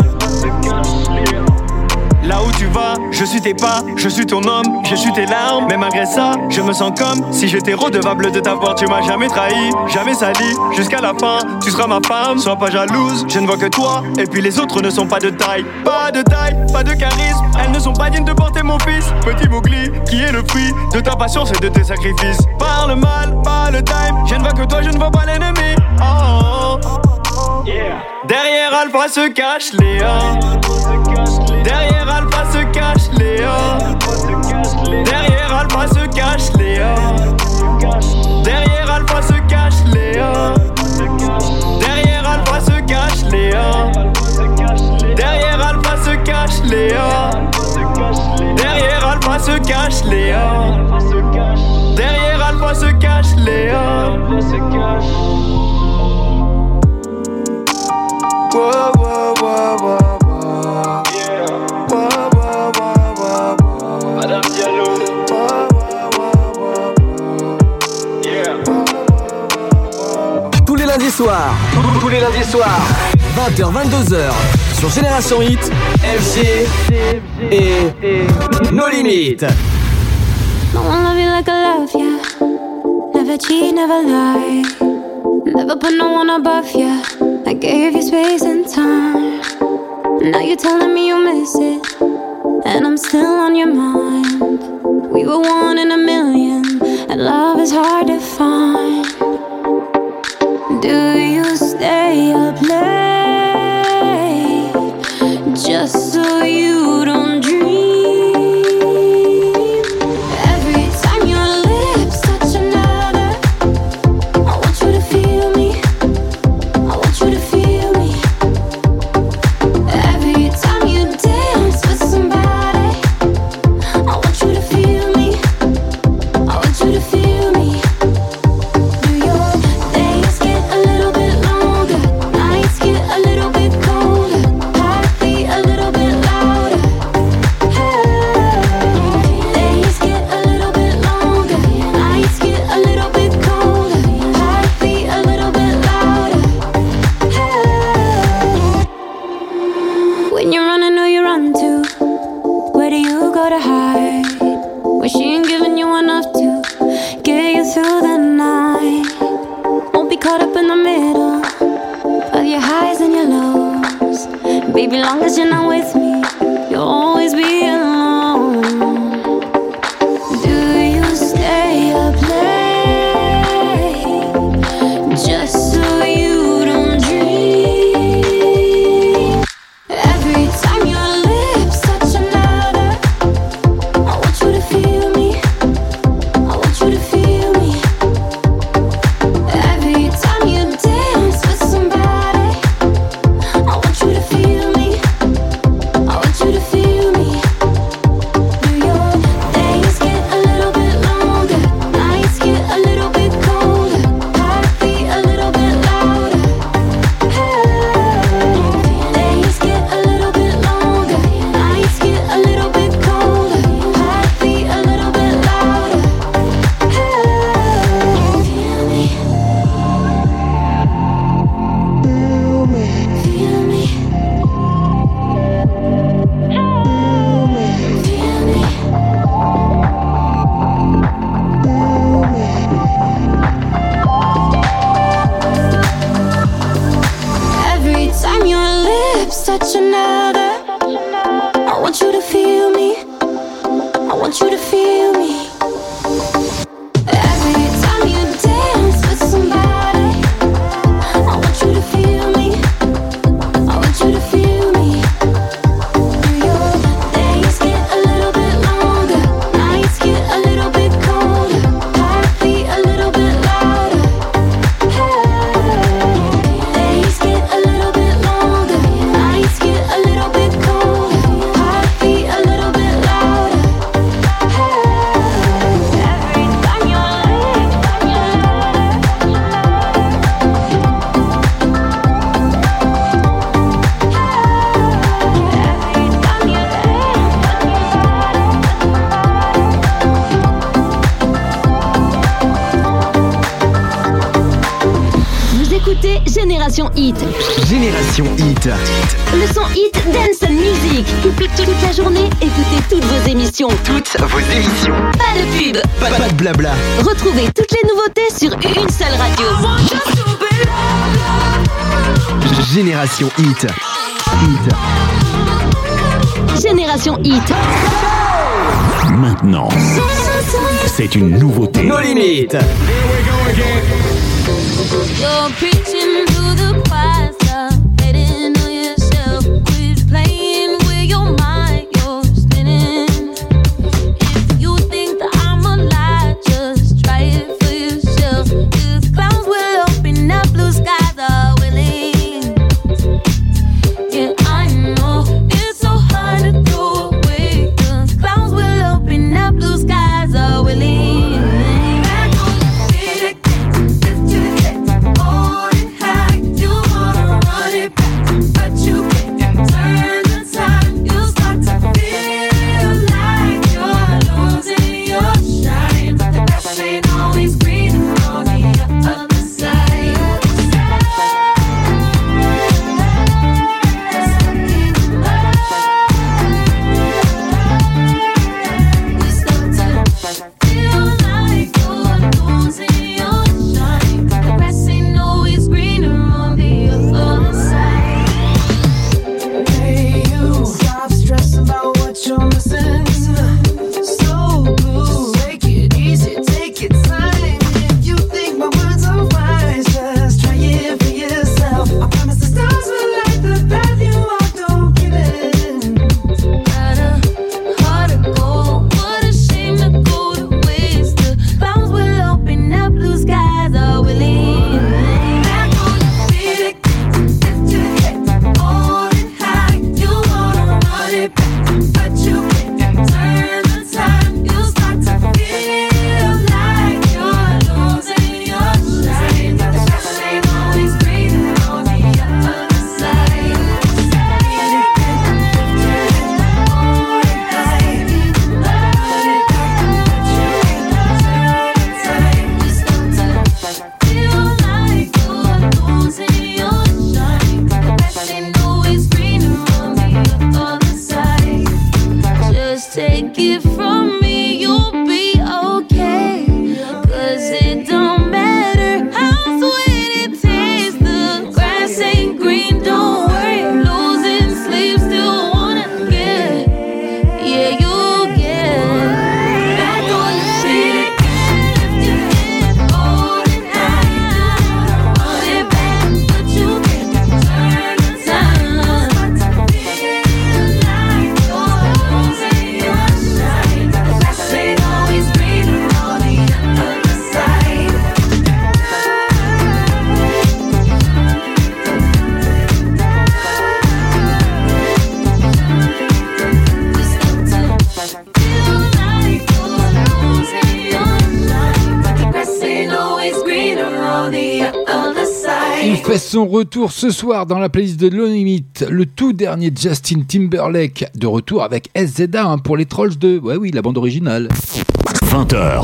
Là où tu vas, je suis tes pas, je suis ton homme, je suis tes larmes. Mais malgré ça, je me sens comme si j'étais redevable de t'avoir. Tu m'as jamais trahi, jamais sali, jusqu'à la fin, tu seras ma femme. Sois pas jalouse, je ne vois que toi, et puis les autres ne sont pas de taille. Pas de taille, pas de charisme, elles ne sont pas dignes de porter mon fils. Petit Mowgli, qui est le fruit de ta patience et de tes sacrifices. Pas le mal, pas le time, je ne vois que toi, je ne vois pas l'ennemi. Oh, oh. Yeah. Derrière Alpha se cache Léa. Derrière Alpha se cache Léa. Derrière Alpha se cache Léa. Derrière Alpha se cache Léa. Derrière Alpha se cache Léa. Derrière Alpha se cache Léa. Derrière Alpha se cache Léa. Derrière Alpha se cache Léa. Whoa, whoa, whoa, whoa. Tous les lundis soirs, 20h, 22h, sur Génération Hit, FG et nos limites. No one love you like I love ya. Never cheat, never lie. Never put no one above ya. I gave you space and time. Now you're telling me you miss it, and I'm still on your mind. We were one in a million, and love is hard to find. Do you stay up late just so you don't dream? Every time your lips touch another, I want you to feel me. I want you to feel me. Every time you dance with somebody, I want you to feel me. I want you to feel me. Do your days get a little bit longer? Nights get a little bit colder. Heartbeat a little bit louder. Days get a little bit longer. Nights get a little bit colder. Heartbeat a little bit louder. When you're running, who you run to? Where do you go to hide? When she ain't giving you enough to get you through the night. Won't be caught up in the middle of your highs and your lows. Baby, long as you're not with me, you'll always be alone. Do you stay up late just so you don't dream? Every time your lips touch another, I want you to feel me. I want you to feel me. Every time you dance with somebody, I want you to feel me. I want you to feel me. Do your days get a little bit longer? Nights get a little bit colder. Heartbeat a little bit louder. Days get a little bit longer. Nights get a little bit colder. Heartbeat a little bit louder. Feel me. Feel me. Every time your lips touch another, I want you to feel me. I want you to feel me. Every time you Génération Hit. Génération Hit. Le son Hit Dance Music. Toute la journée, écoutez toutes vos émissions. Toutes vos émissions. Pas de pub. Pas de blabla. Retrouvez toutes les nouveautés sur une seule radio. Génération Hit. Génération Hit. Maintenant, c'est une nouveauté. Nos limites. You're preaching to the choir, hating on yourself. Quit playing with your mind, you're spinning. If you think that I'm a lie, just try it for yourself. 'Cause clouds will open up, blue skies are willing. Yeah, I know it's so hard to throw away. 'Cause clouds will open up, blue skies are willing. Son retour ce soir dans la playlist de No Limit, le tout dernier Justin Timberlake, de retour avec SZA pour les Trolls 2. Ouais, oui, la bande originale. 20h,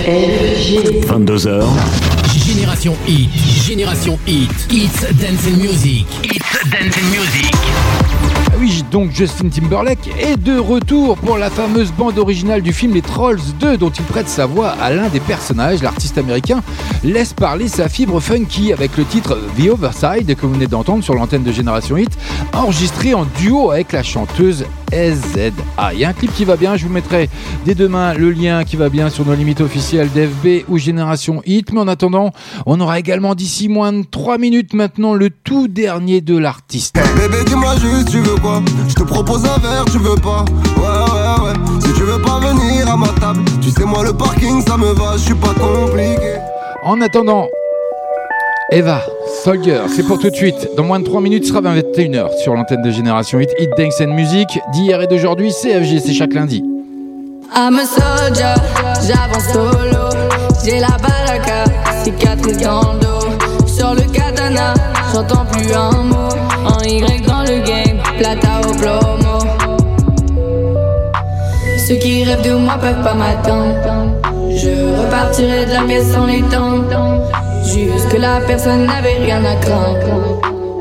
22h. Génération Hit, Génération Hit, It's Dance and Music, It's Dance and Music. Ah oui, donc Justin Timberlake est de retour pour la fameuse bande originale du film Les Trolls 2, dont il prête sa voix à l'un des personnages. L'artiste américain laisse parler sa fibre funky avec le titre The Overside que vous venez d'entendre sur l'antenne de Génération Hit, enregistré en duo avec la chanteuse SZA. Il y a un clip qui va bien, je vous mettrai dès demain le lien qui va bien sur nos limites officielles d'FB ou Génération Hit. Mais en attendant, on aura également d'ici moins de 3 minutes maintenant le tout dernier de l'artiste. Bébé, dis-moi juste, tu veux quoi? Je te propose un verre, tu veux pas? Ouais. Si tu veux pas venir à ma table, tu sais moi le parking ça me va, je suis pas compliqué. En attendant, Eva, Soldier, c'est pour tout de suite. Dans moins de 3 minutes, ce sera 21h sur l'antenne de Génération Hit, Hit Dance and Music. D'hier et d'aujourd'hui, CFG, c'est chaque lundi. I'm a soldier, j'avance solo. J'ai la baraka, cicatrice dans le dos. Sur le katana, j'entends plus un mot. En Y dans le game, plata au plomo. Ceux qui rêvent de moi peuvent pas m'attendre. Je repartirai de la pièce sans les temps. Juste que la personne n'avait rien à craindre.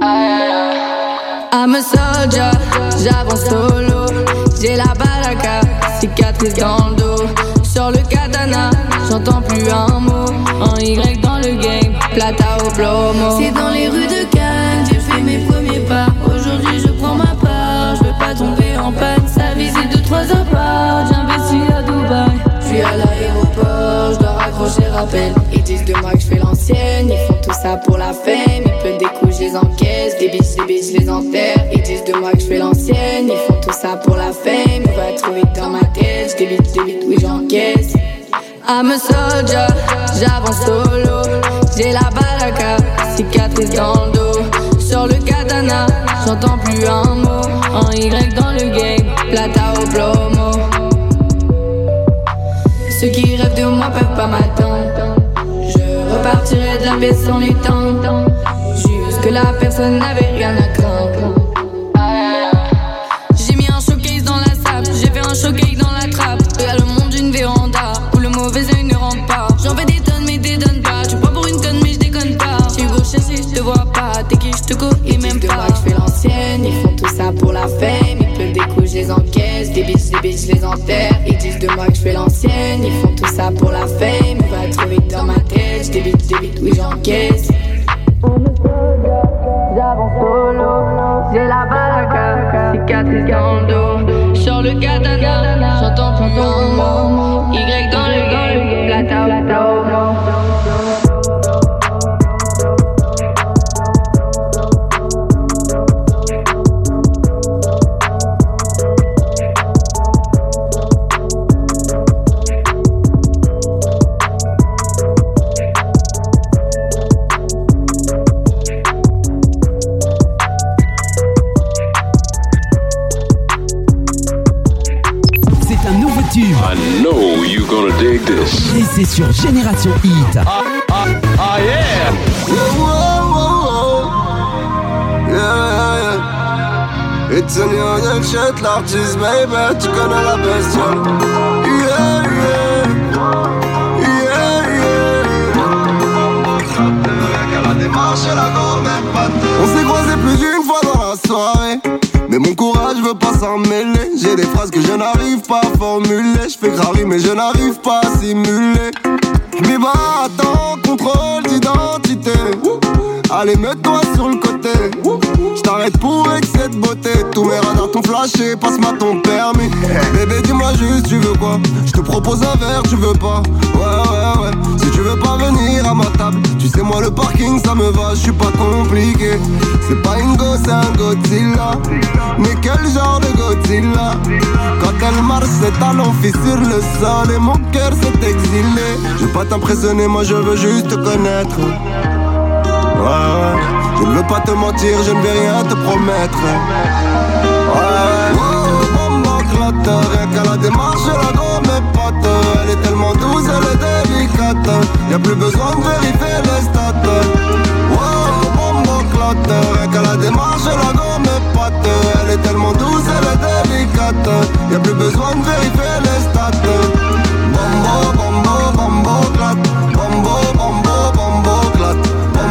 I'm a soldier, j'avance solo. J'ai la baraka, cicatrice dans le dos. Sur le katana, j'entends plus un mot. En Y dans le game, plata au plomo. C'est dans les rues de Cannes, j'ai fait mes premiers pas. Aujourd'hui je prends ma part, je veux pas tomber en panne. Sa visite de 3 apparts, j'investis à Dubaï. J'suis à l'aéroport, j'dois raccrocher rappel. Ils disent de moi que j'fais l'ancienne, ils font tout ça pour la fame. Ils pleuvent des coups, j'les encaisse, des bitches, j'les enterre. Ils disent de moi que j'fais l'ancienne, ils font tout ça pour la fame. On va trop vite dans ma tête, j'débite, oui j'encaisse. I'm a soldier, j'avance solo. J'ai la baraka, cicatrice dans le dos. Sur le katana, j'entends plus un mot. En Y dans le game, plata au plomo. Ceux qui rêvent de moi peuvent pas m'attendre. Je repartirai de la baie sans les temps. Juste que la personne n'avait rien à craindre. J'ai mis un showcase dans la sable, j'ai fait un showcase dans la trappe. Y'a le monde d'une véranda où le mauvais œil ne rentre pas. J'en fais des tonnes mais dédonne pas. Tu prends pour une conne mais je déconne pas. Tu veux chercher, je te vois pas. T'es qui, je te connais même pas. Ils disent de moi que je fais l'ancienne, ils font tout ça pour la fame. Ils pleuvent des coups, je les encaisse. Des bitches, je les enterre. Ils disent de moi que je fais l'ancienne, ils font tout ça pour la fame. On va trop vite dans ma tête, je débite, oui j'encaisse. J'avance solo, j'ai la baraka, cicatrice dans le dos. Sur le katana, j'entends plus un mot. Y dans le game, plata au plomo. I know you're gonna dig this. Et c'est sur Génération Hit. Ah yeah! Yeah. It's a new shit, l'artiste, baby, tu connais la bestiole. Yeah, yeah. On s'est croisés plus d'une fois dans la soirée, mais mon courage veut pas s'en mêler. J'ai des phrases que je n'arrive pas à formuler. Je fais grave mais je n'arrive pas à simuler. Mais bah attends, contrôle d'identité. Allez mets-toi sur le côté. Je t'arrête pour excès de beauté. Tous mes radars t'ont flashé, passe-moi ton permis. Bébé dis-moi juste tu veux quoi. Je te propose un verre, tu veux pas. Ouais. Si tu veux pas venir à ma table, tu sais moi le parking ça me va, je suis pas compliqué. C'est pas une go, c'est un Godzilla. Mais quel genre de Godzilla? Quand elle marche ses talons fissure le sol et mon cœur s'est exilé. Je veux pas t'impressionner, moi je veux juste te connaître. Ouais. Je ne veux pas te mentir, je ne vais rien te promettre. Ouais. Bombo clotte, rien qu'à la démarche, la gomme est pote. Elle est tellement douce, elle est délicate. Y'a plus besoin de vérifier les stats. Bombo clotte, rien qu'à la démarche, la gomme est pote. Elle est tellement douce, elle est délicate. Y'a plus besoin de vérifier les stats. Bombo clotte. Bombo clotte.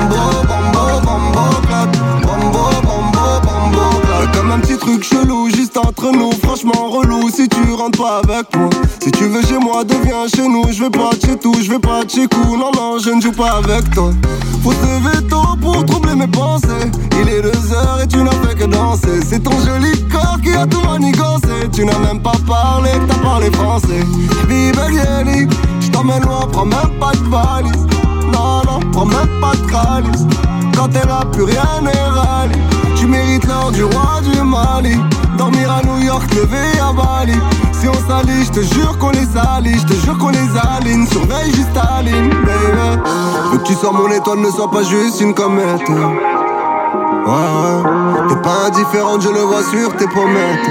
Comme un petit truc chelou juste entre nous, franchement relou si tu rentres pas avec moi. Si tu veux chez moi, deviens chez nous. Je vais pas de chez tout, je vais pas de chez coup. Non, je ne joue pas avec toi. Faut se lever tôt pour troubler mes pensées. Il est 2h et tu n'as fait que danser. C'est ton joli corps qui a tout manigancé. Tu n'as même pas parlé, que t'as parlé français. Bibelieli, je t'emmène loin, prends même pas de valise. Non, prends même pas de calice. Quand t'es là, plus rien n'est rallye. Tu mérites l'or du roi du Mali. Dormir à New York, lever à Bali. Si on s'allie, je te jure qu'on les salit. Je te jure qu'on les aligne. Surveille juste ta ligne, baby. Veux que tu sois mon étoile, ne sois pas juste une comète. Ouais. T'es pas indifférente, je le vois sur tes pommettes.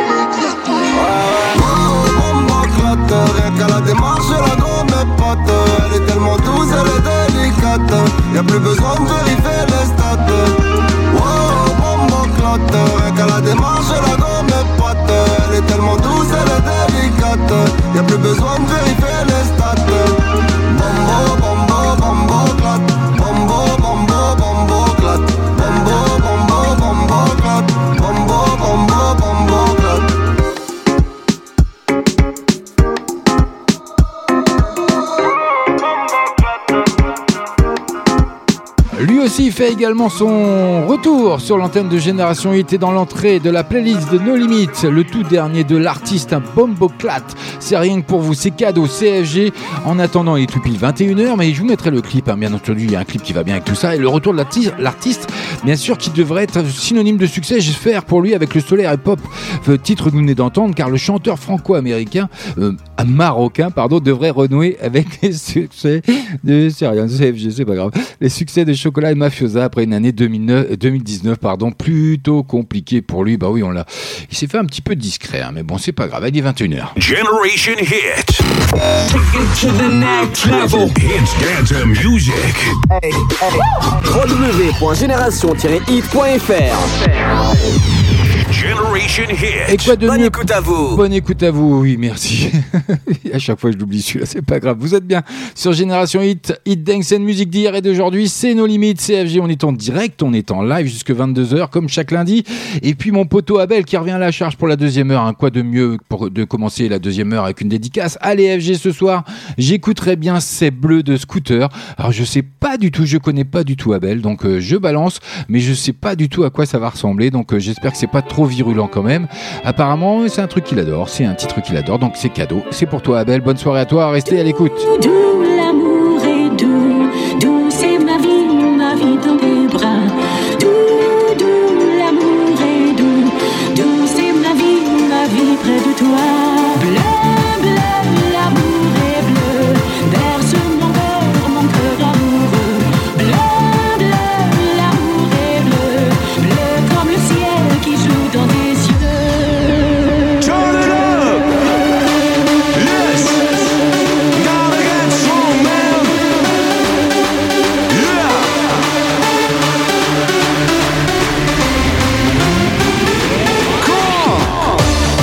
Rien qu'à la démarche, la gomme est pote. Elle est tellement douce, elle est délicate. Y'a plus besoin de vérifier les stats. Bombo clotte. Rien qu'à la démarche, la gomme est pote. Elle est tellement douce, elle est délicate. Y'a plus besoin de vérifier les stats. Bombo clotte. Juicy fait également son retour sur l'antenne de Génération Hit et dans l'entrée de la playlist de No Limit, le tout dernier de l'artiste, un Bomboclat. C'est rien que pour vous, c'est cadeau, CFG. En attendant, il est tout pile 21h, mais je vous mettrai le clip, hein. Bien entendu, il y a un clip qui va bien avec tout ça. Et le retour de l'artiste, bien sûr, qui devrait être synonyme de succès, j'espère, pour lui, avec le Solaire et Pop, titre que vous venez d'entendre, car le chanteur franco-américain, marocain, pardon, devrait renouer avec les succès de, c'est rien, CFG, c'est pas grave, les succès de Chocolat et Mafiosa après une année 2019, plutôt compliquée pour lui. Bah oui, il s'est fait un petit peu discret, hein, mais bon, c'est pas grave, il est 21h. Generation Hit. Take it to the next level. Hits dance music. www.génération-hit.fr. Generation Hit. Et quoi de Bonne mieux? écoute à vous. Bonne écoute à vous, oui, merci. À chaque fois, je l'oublie celui-là, c'est pas grave. Vous êtes bien sur Génération Hit, Hit Dance and Music d'hier et d'aujourd'hui. C'est No Limit, CFG. On est en direct, on est en live jusque 22h, comme chaque lundi. Et puis, mon poteau Abel qui revient à la charge pour la deuxième heure. Hein. Quoi de mieux pour de commencer la deuxième heure avec une dédicace à l'EFG ce soir. J'écouterai bien ces bleus de scooter. Alors, je sais pas du tout, je connais pas du tout Abel, donc je balance, mais je sais pas du tout à quoi ça va ressembler. Donc, j'espère que c'est pas trop virulent quand même. Apparemment, c'est un truc qu'il adore, c'est un petit truc qu'il adore, donc c'est cadeau. C'est pour toi, Abel. Bonne soirée à toi. Restez à l'écoute. Doux, l'amour est doux, doux, c'est ma vie dans tes bras. Doux, doux, l'amour est doux, doux, c'est ma vie près de toi. Bleu, bleu, l'amour est bleu, berce mon cœur amoureux. Bleu, bleu, l'amour est bleu, bleu comme le ciel qui joue dans tes yeux. Turn it up! Yes! Gotta get strong, man! Yeah! Come on!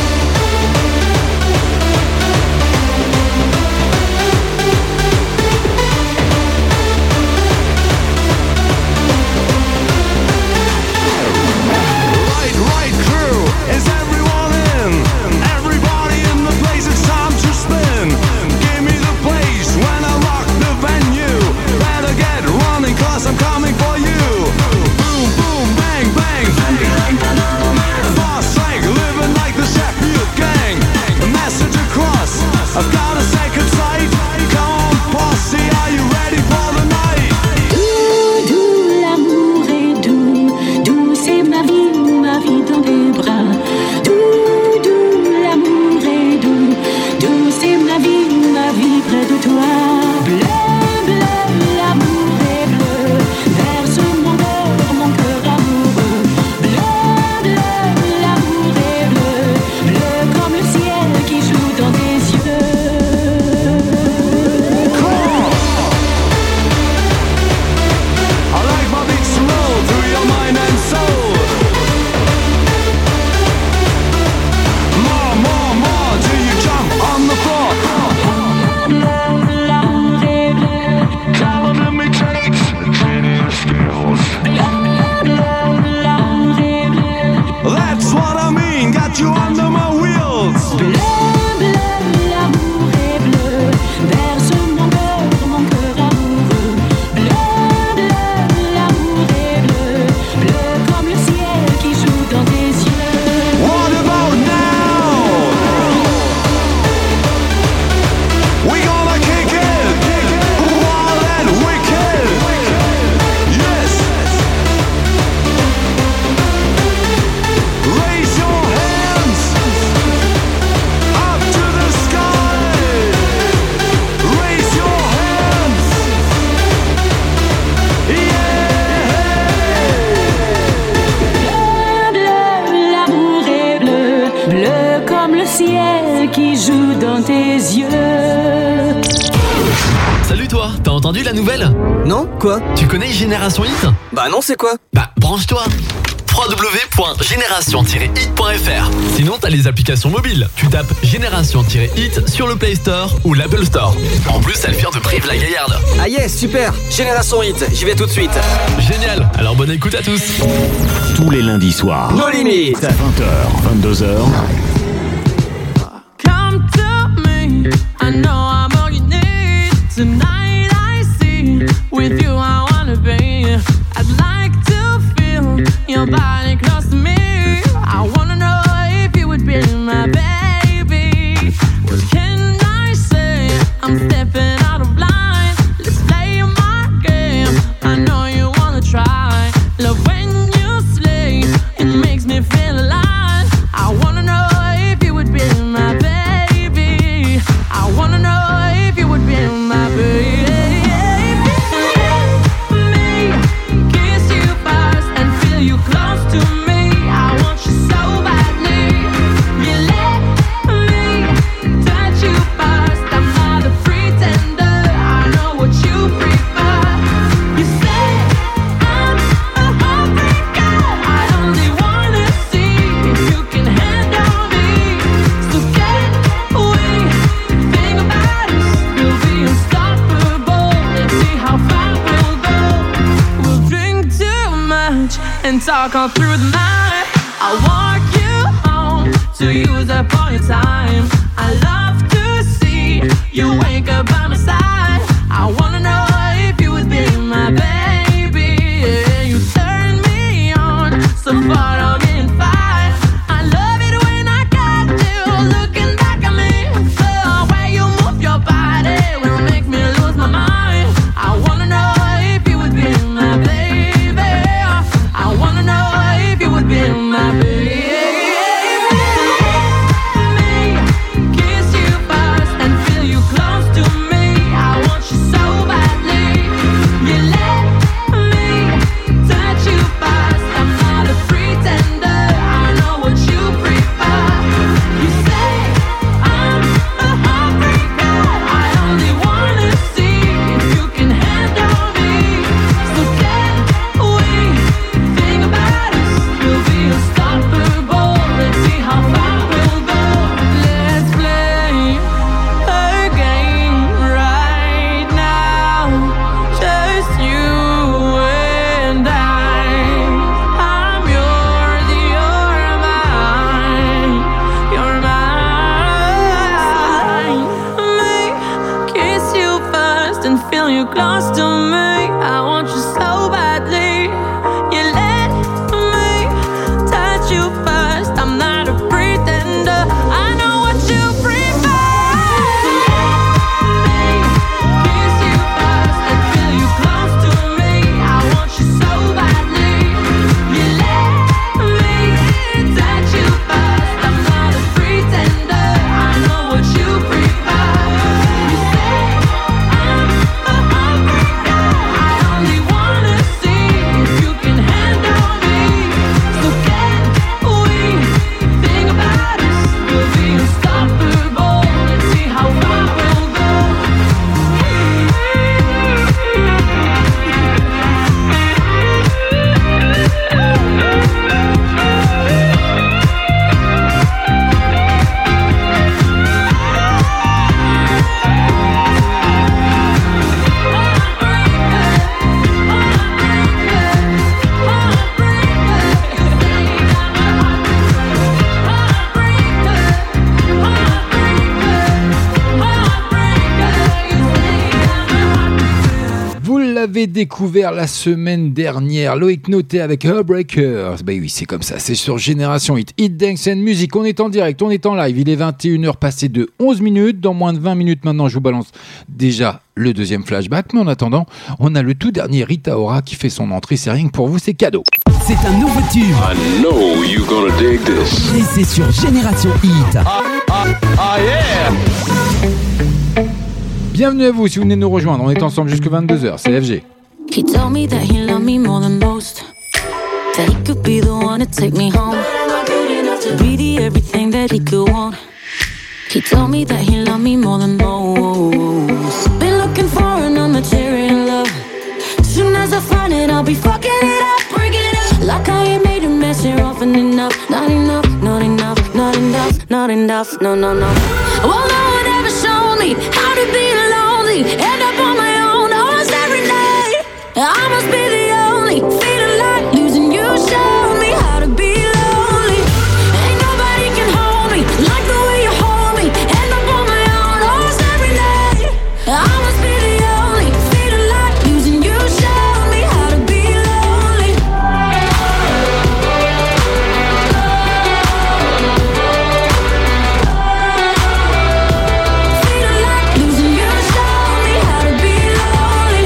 Right crew, is everyone in? Everybody in the place, it's time to spin. Give me the place when I rock the venue. Better get running, cause I'm coming for you. Boom, boom, bang, bang. Fast track, living like the Sheffield gang. Message across, I've got a second sight. Come on, posse, are you ready for the night? Doux, doux, l'amour est doux, doux, c'est ma vie dans tes bras. Doux, doux, l'amour est doux, doux, c'est ma vie près de toi. Bleu, bleu, l'amour est bleu, verse mon cœur amoureux. Bleu, bleu, l'amour est bleu, bleu comme le ciel qui joue dans tes yeux. I like my beats to roll through your mind and soul. More, till you jump on the floor. L'amour est bleu, Talented me takes genius skills. l'amour est bleu. That's what I mean, got you under my wheels. Bleu, bleu, l'amour est bleu, berce mon cœur amoureux. Bleu, bleu, l'amour est bleu, bleu comme le ciel qui joue dans tes yeux. What about now? We gonna kick it, wild and wicked. Yes. Raise your hands up to the sky. Raise your hands. Bleu, bleu, l'amour est bleu, bleu comme le ciel qui joue dans tes yeux. Salut toi, t'as entendu la nouvelle? Non, quoi? Tu connais Génération Hit? Bah non, c'est quoi? Bah branche-toi www.génération-hit.fr. Sinon t'as les applications mobiles. Tu tapes Génération-Hit sur le Play Store ou l'Apple Store. En plus elle vient de Brive-la-Gaillarde. Ah yes, super! Génération Hit, j'y vais tout de suite. Génial, alors bonne écoute à tous. Tous les lundis soirs. No Limit. 20h, 22h. Come to me, I know I'm all you need. Tonight I see, with you I wanna be. I'd dark all through the night. I want you home to use up all your time. I love to see you wake up by my side. I wanna know if you would be my baby. Yeah, you turn me on, so far I'll get fight. I love it when I got you looking back at me. The way you move your body will make me lose my mind. I wanna know if you would be my baby. I wanna know if you would be my baby. Découvert la semaine dernière Loïc Noté avec Heartbreakers. Bah oui, c'est comme ça, c'est sur Génération Hit. Hit Dance and Music, on est en direct, on est en live. Il est 21h passé de 11 minutes. Dans moins de 20 minutes maintenant, je vous balance déjà le deuxième flashback. Mais en attendant, on a le tout dernier Rita Ora qui fait son entrée. C'est rien que pour vous, c'est cadeau. C'est un nouveau tube. I know you're gonna dig this. Et c'est sur Génération Hit. Yeah! Bienvenue à vous si vous venez de nous rejoindre. On est ensemble jusqu'à 22h. C'est FG. He told me that he loved me more than most. That he could be the one to take me home. Be the everything that he could want. He told me that he loved me more than most. Been looking for an immaterial love. Soon as I find it, I'll be fucking it up, breaking it up. Like I ain't made a mess here often enough. Not enough, not enough, not enough, not enough, no, no, no. Well, no one ever showed me how to be lonely. End up on my own almost every night. I must be the only feeling like losing you. Showed me how to be lonely. Ain't nobody can hold me like the way you hold me. End up on my own almost every night. I must be the only feeling like losing you. Showed me how to be lonely. Feeling like losing you. Showed me how to be lonely.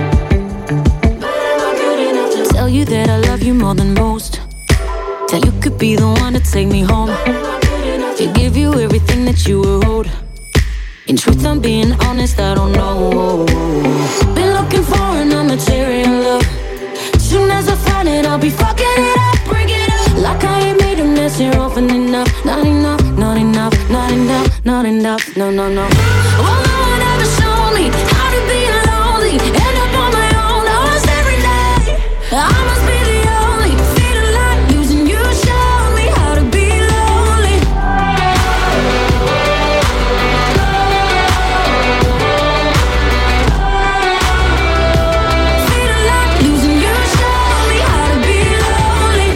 Tell you that I love you more than most. That you could be the one to take me home. To give you everything that you were owed. In truth, I'm being honest, I don't know. Been looking for an immaterial love. Soon as I find it, I'll be fucking it up, breaking it up. Like I ain't made a mess here often enough. Not enough, not enough, not enough, not enough, no, no, no. Well, no one ever showed me how to be lonely. End up on my own almost every night. I must be the only feeling like losing you. Show me how to be lonely. Feeling like losing you. Show me how to be lonely.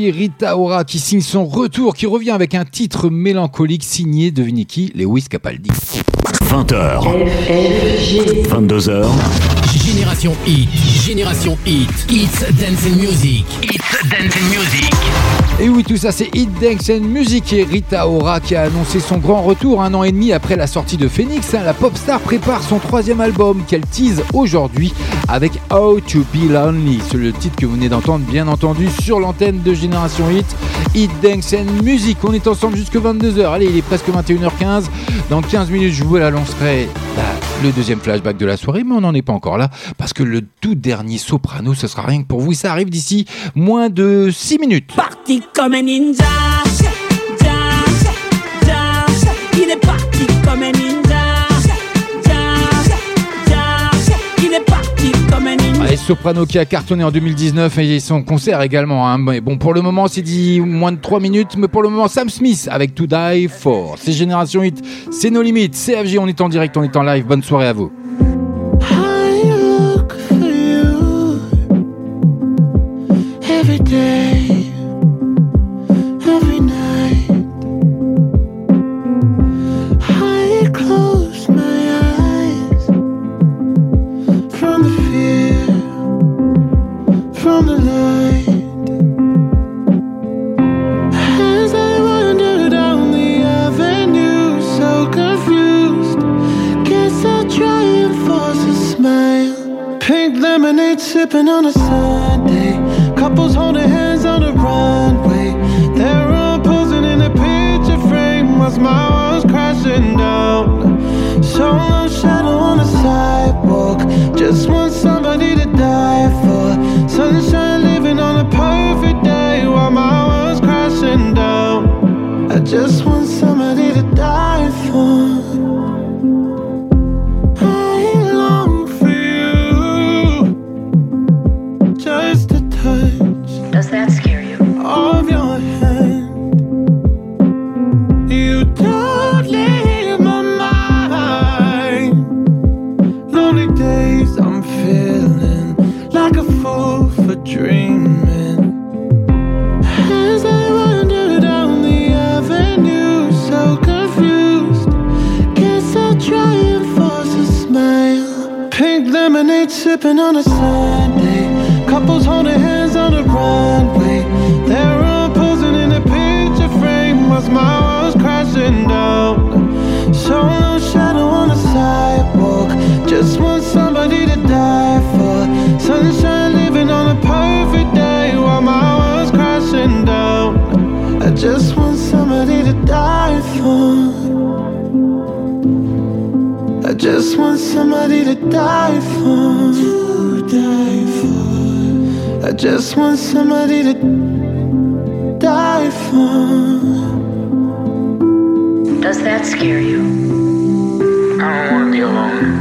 aujourd'hui Rita Ora qui signe son retour, qui revient avec un titre mélancolique signé, devinez qui, Lewis Capaldi. 20h, 22h. Génération Hit, Génération Hit, It's Dancing Music, It's Dancing Music. Et oui, tout ça c'est Hit Dance and Music et Rita Ora qui a annoncé son grand retour 1 an et demi après la sortie de Phoenix. La pop star prépare son 3e album qu'elle tease aujourd'hui avec How to Be Lonely. C'est le titre que vous venez d'entendre, bien entendu, sur l'antenne de Génération Hit, Hit Dance and Music. On est ensemble jusque 22h. Allez, il est presque 21h15. Dans 15 minutes, je vous l'annoncerai le deuxième flashback de la soirée, mais on n'en est pas encore là parce que le tout dernier soprano, ce sera rien que pour vous. Ça arrive d'ici moins de 6 minutes. Parti comme un ninja, il est parti comme un ninja, il est parti comme un ninja. Et soprano qui a cartonné en 2019 et son concert également. Hein. Mais bon, pour le moment, c'est dit moins de 3 minutes, mais pour le moment, Sam Smith avec To Die For. C'est Génération Hit, c'est nos limites. CFG, on est en direct, on est en live. Bonne soirée à vous. Every day, every night, I close my eyes from the fear, from the light. As I wander down the avenue, so confused, guess I'll try and force a smile. Pink lemonade sipping on a Sunday. Couples holding hands on the runway. They're all posing in a picture frame whilst my world's crashing down. Solo shadow on the sidewalk. Just want somebody to die for. Sunshine living on a perfect day while my world's crashing down. I just want somebody to die for. Does that scare you? Of your hand, you don't leave my mind. Lonely days I'm feeling like a fool for dreaming. As I wander down the avenue, so confused, guess I'll try and force a smile. Pink lemonade sipping on a Sunday. Couples holding hands on the runway. They're all posing in a picture frame whilst my world's crashing down. Solo shadow on the sidewalk. Just want somebody to die for. Sunshine living on a perfect day while my world's crashing down. I just want somebody to die for. I just want somebody to die for. To die for. I just want somebody to die for. Does that scare you? I don't want to be alone.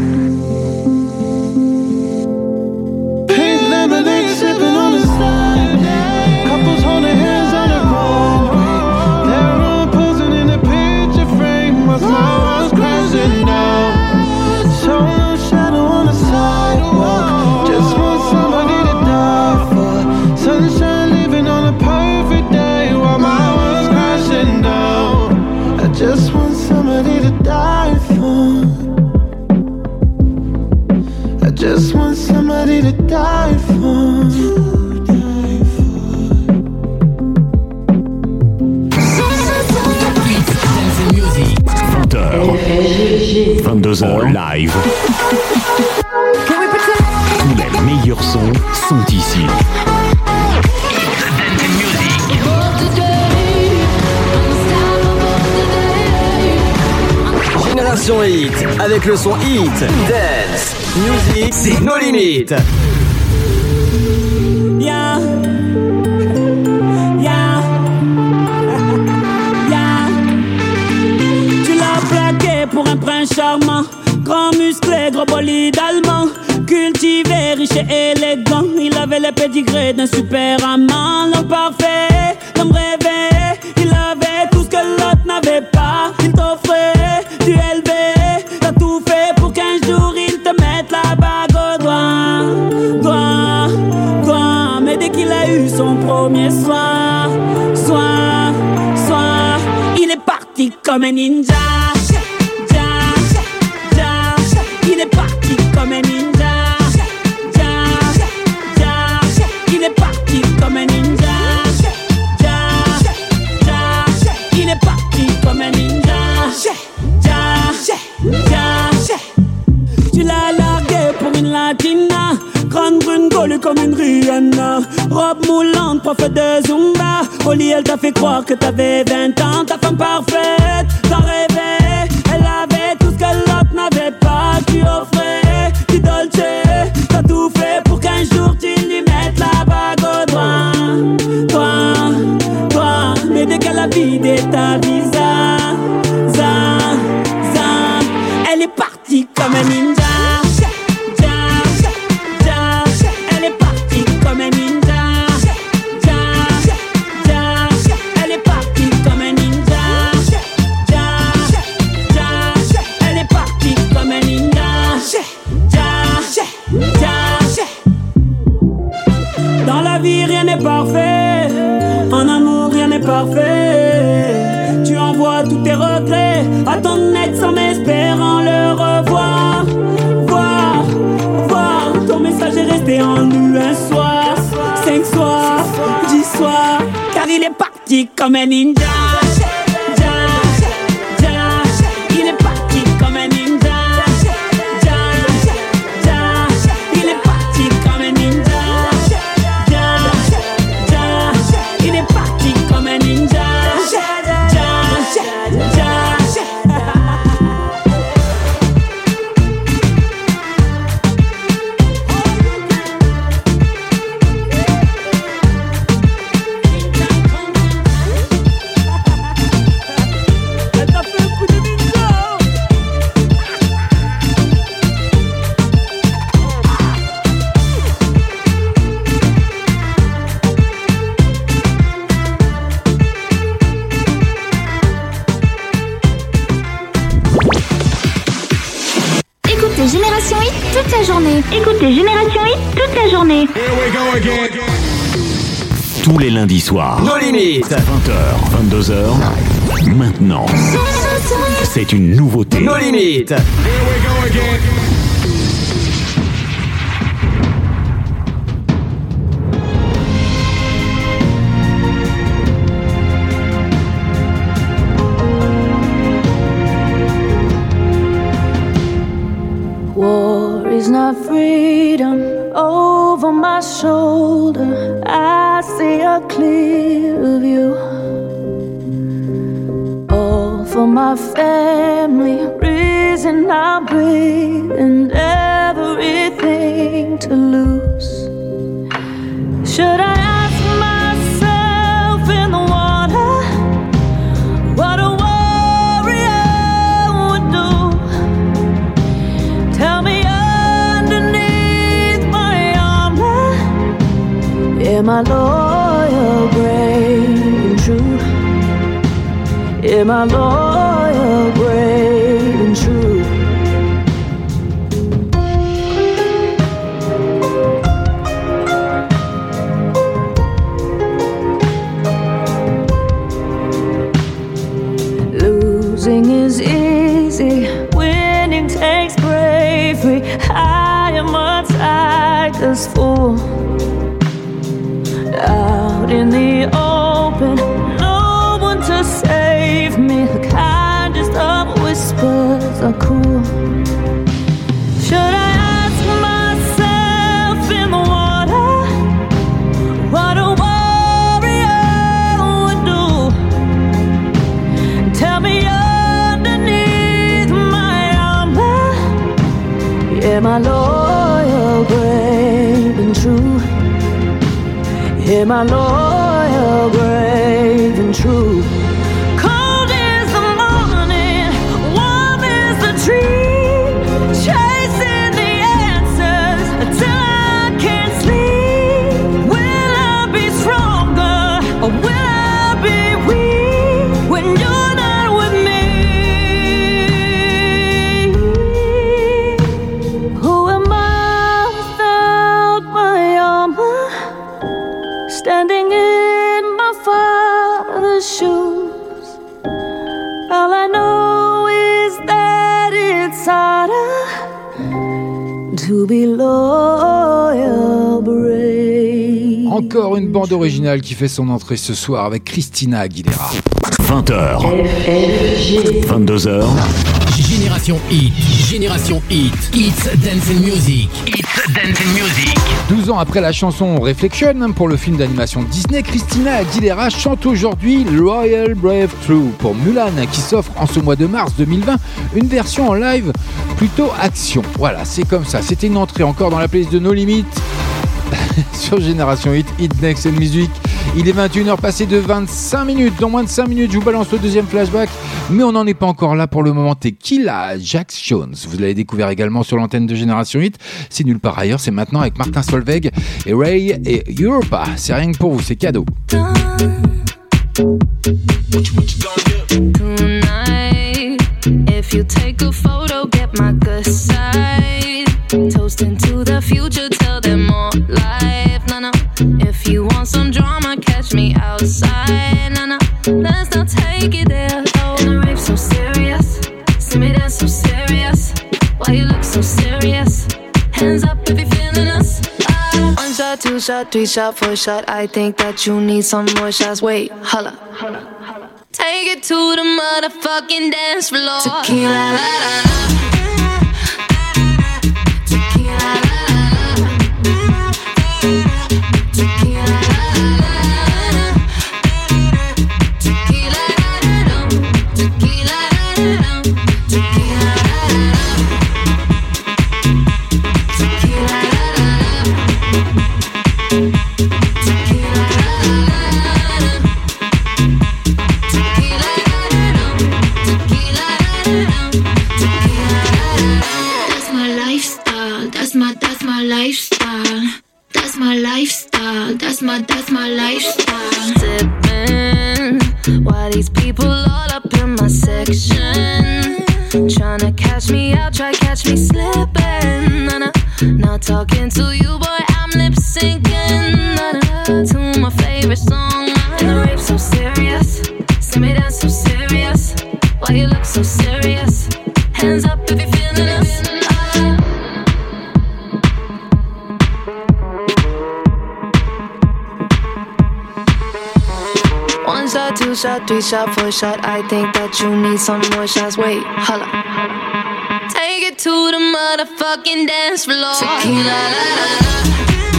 Pink lemonade sipping on the side. Couples holding hands on the runway. They're all posing in a picture frame whilst my world's crashing down. Solo shadow on the sidewalk. Just want somebody to die for. Sunshine living on a perfect day while my world's crashing down. I just want somebody to die for. I just want somebody to die for. To die for. Dancing Music. 20h, 22h live. Tous les meilleurs sons sont ici. Génération Hit, avec le son Hit, Dance, Music, c'est nos limites. Yeah. Yeah. Yeah. Tu l'as plaqué pour un prince charmant, grand musclé, gros bolide allemand, cultivé, riche et élégant. Il avait les pédigrés d'un super amant, l'homme parfait, l'homme rêvé. Il avait tout ce que l'autre n'avait pas. Il t'offrait du LV, t'as tout fait pour qu'un jour il te mette la bague au doigt. Mais dès qu'il a eu son premier soir, un ninja. Il est parti comme un ninja. Il est parti comme un ninja. Il est parti comme un ninja. Tu l'as largué pour une latina, grande brune collée comme une Rihanna, robe moulante, prof de Zumba. Au lit elle t'a fait croire que t'avais 20 ans. Ta femme parfaite, t'en rêvais. Elle avait tout ce que l'autre n'avait pas. Tu offrais du dolce, t'as tout fait pour qu'un jour tu lui mettes la bague au doigt. Toi, mais dès qu'elle a vidé ta visa, elle est partie comme un ninja. Elle est partie comme un ninja. Elle est partie comme un ninja. Elle est partie comme un ninja. Dans la vie rien n'est parfait, en amour rien n'est parfait. Tu envoies tous tes regrets à ton ex en espérant le revoir. Voir, ton message est resté en nu un soir, 5 soirs, 10 soirs, car il est parti comme un ninja. Il est parti comme un ninja. Il est parti comme un ninja. Il est parti comme un ninja. Génération Hit toute la journée. Écoutez Génération Hit toute la journée. Tous les lundis soirs. Nos limites. 20h, 22h. Maintenant. C'est une nouveauté. Nos limites. War is not freedom over my shoulder. I see a clear view. All for my family, reason I breathe, and everything to lose. Should I ask myself in the water what a warrior would do? Tell me underneath my armor, am I loyal, brave and true? Am I loyal, brave and true? Losing is easy, winning takes bravery. I am a tiger's fool. Out in the open, no one to save me. The kindest of whispers are cruel. Should I ask myself in the water what a warrior would do? Tell me underneath my armor, am I loyal, brave and true? Am I loyal, brave and true? Cold is the morning, warm is the dream, chasing the answers until I can't sleep. Will I be stronger or will I be weak when you're not with me? Who am I without my armor? Standing in my Father's shoes. to be loyal, brave. Encore une bande originale qui fait son entrée ce soir avec Christina Aguilera. 20h, 22h. Génération Hit, Génération Hit, It's Dance and Music, It's Dance and Music. 12 ans après la chanson Reflection pour le film d'animation Disney, Christina Aguilera chante aujourd'hui Loyal Brave True pour Mulan qui s'offre en ce mois de mars 2020 une version en live plutôt action. Voilà, c'est comme ça. C'était une entrée encore dans la playlist de No Limit sur Génération Hit, Hit Dance and Music. Il est 21h passé de 25 minutes. Dans moins de 5 minutes, je vous balance le deuxième flashback. Mais on n'en est pas encore là pour le moment. Tequila, Jax Jones. Vous l'avez découvert également sur l'antenne de Génération Hit. C'est nulle part ailleurs. C'est maintenant avec Martin Solveig et Ray et Europa. C'est rien que pour vous. C'est cadeau. Tonight, if you take a photo, get my good side. Toasting to the future, tell them more life. No, no. If you want some drama, catch me outside. No, no. Let's not take it there. Oh, the rape so serious. See me dance so serious. Why you look so serious? Hands up if you're feeling us. One shot, two shot, three shot, four shot. I think that you need some more shots. Wait, holla. Take it to the motherfucking dance floor. Tequila, la, la, la. That's my lifestyle. Sipping, why these people all up in my section? Tryna catch me out, try catch me slipping. Nah, nah. Not talking to you, boy, I'm lip syncing. Nah, nah. To my favorite song. And the rape so serious. See me dance so serious. Why you look so serious? Hands up if you're feeling us. One shot, two shot, three shot, four shot. I think that you need some more shots. Wait, holla. Take it to the motherfucking dance floor. Tequila, la, la, la.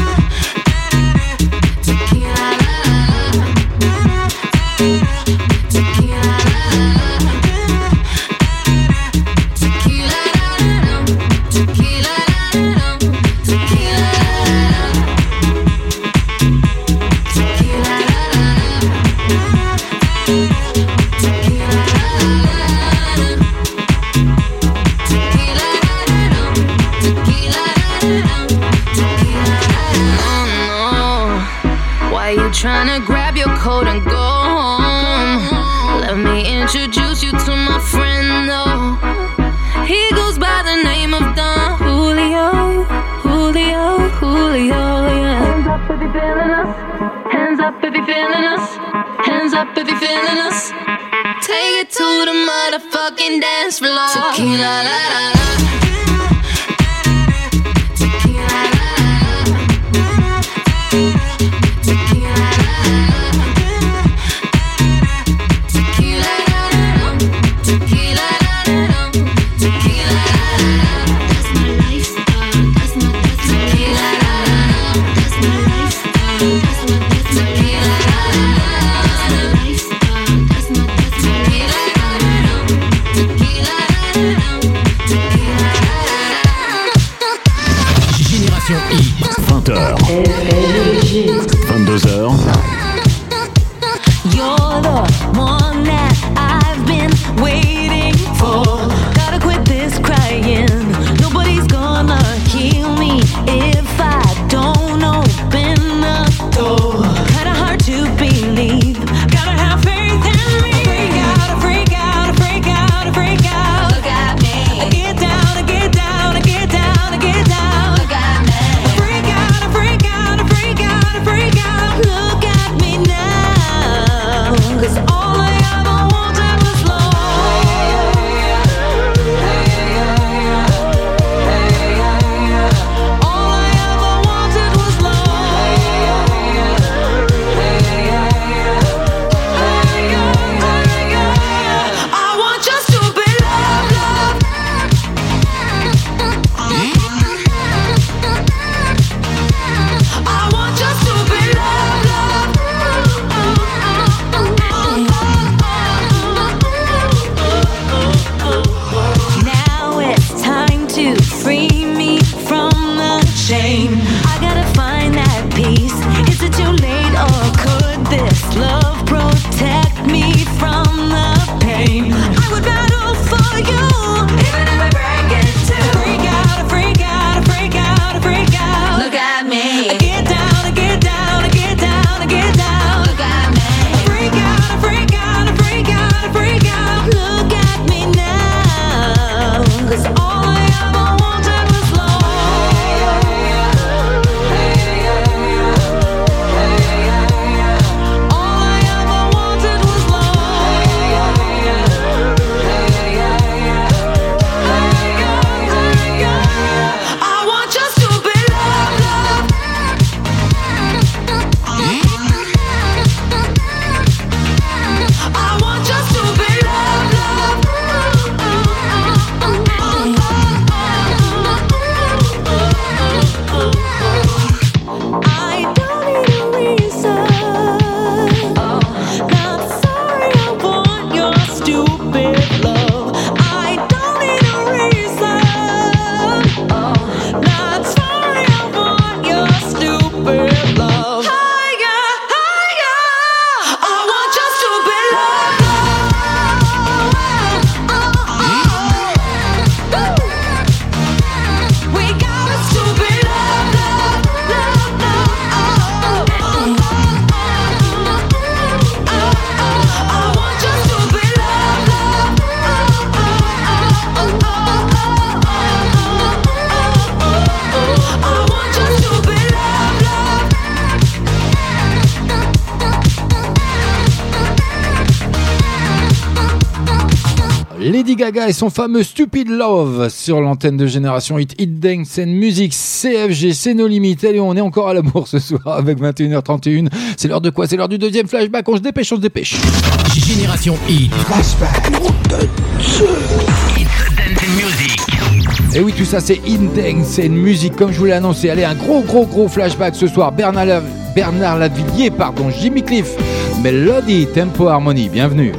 Tryna grab your coat and go home. Let me introduce you to my friend, though. He goes by the name of Don Julio, Julio, Julio, yeah. Hands up if you're feeling us. Hands up if you're feeling us. Hands up if you're feeling us. Take it to the motherfucking dance floor. Tequila, la, la, la. Tequila, to free me from the chain. I gotta find that peace. Is it too late or could this love protect me from the pain? I would battle for you, even if I break it too. Freak out, freak out, freak out, freak out. Look at me. I get down, I get down, I get down, I get down. Look at me. I freak out, I freak out, I freak out, I freak out. Look at me now. 'Cause all I ever wanted was love. All I ever wanted was love. I want just to be loved, loved. I want just to be loved, loved. I don't need a reason. Not sorry, I want your stupid love. I don't need a reason. Not sorry, I want your stupid love. Higher, higher. I want just to be loved. We got us to be loved, loved, loved, loved. I want just to be loved, loved. I want just to be loved, loved. Lady Gaga et son fameux Stupid Love sur l'antenne de Génération Hit, Hit Dance and Music, CFG, c'est nos limites. Allez, on est encore à la bourse ce soir avec 21h31. C'est l'heure de quoi? C'est l'heure du deuxième flashback. On se dépêche, on se dépêche. Génération Hit. Flashback. Hit Dance and Music. Et oui, tout ça, c'est Hit Dance and Music, comme je vous l'ai annoncé. Allez, un gros flashback ce soir. Bernard Lavilliers, Jimmy Cliff, Melody, Tempo, Harmony. Bienvenue.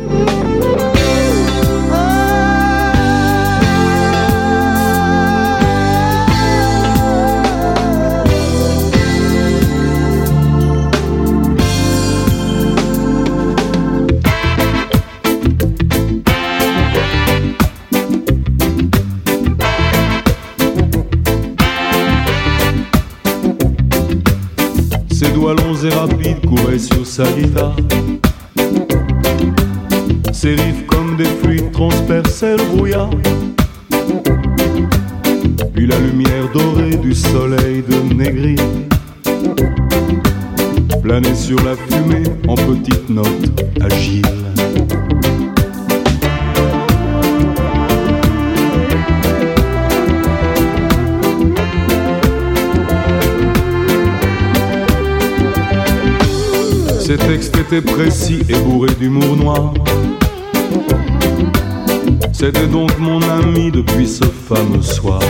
Ses doigts longs et rapides couraient sur sa guitare. Ses riffs comme des fluides transperçaient le brouillard. Puis la lumière dorée du soleil de Négri planait sur la fumée en petites notes agiles. Ses textes étaient précis et bourrés d'humour noir. C'était donc mon ami depuis ce fameux soir.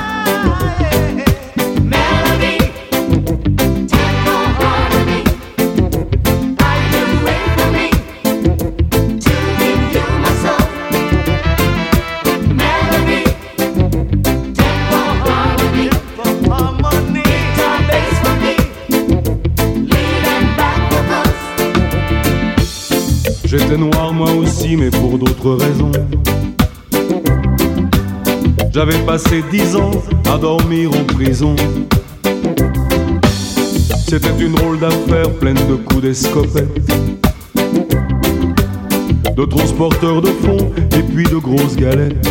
J'étais noir moi aussi, mais pour d'autres raisons. J'avais passé 10 ans à dormir en prison. C'était une drôle d'affaire pleine de coups d'escopette, de transporteurs de fonds et puis de grosses galettes.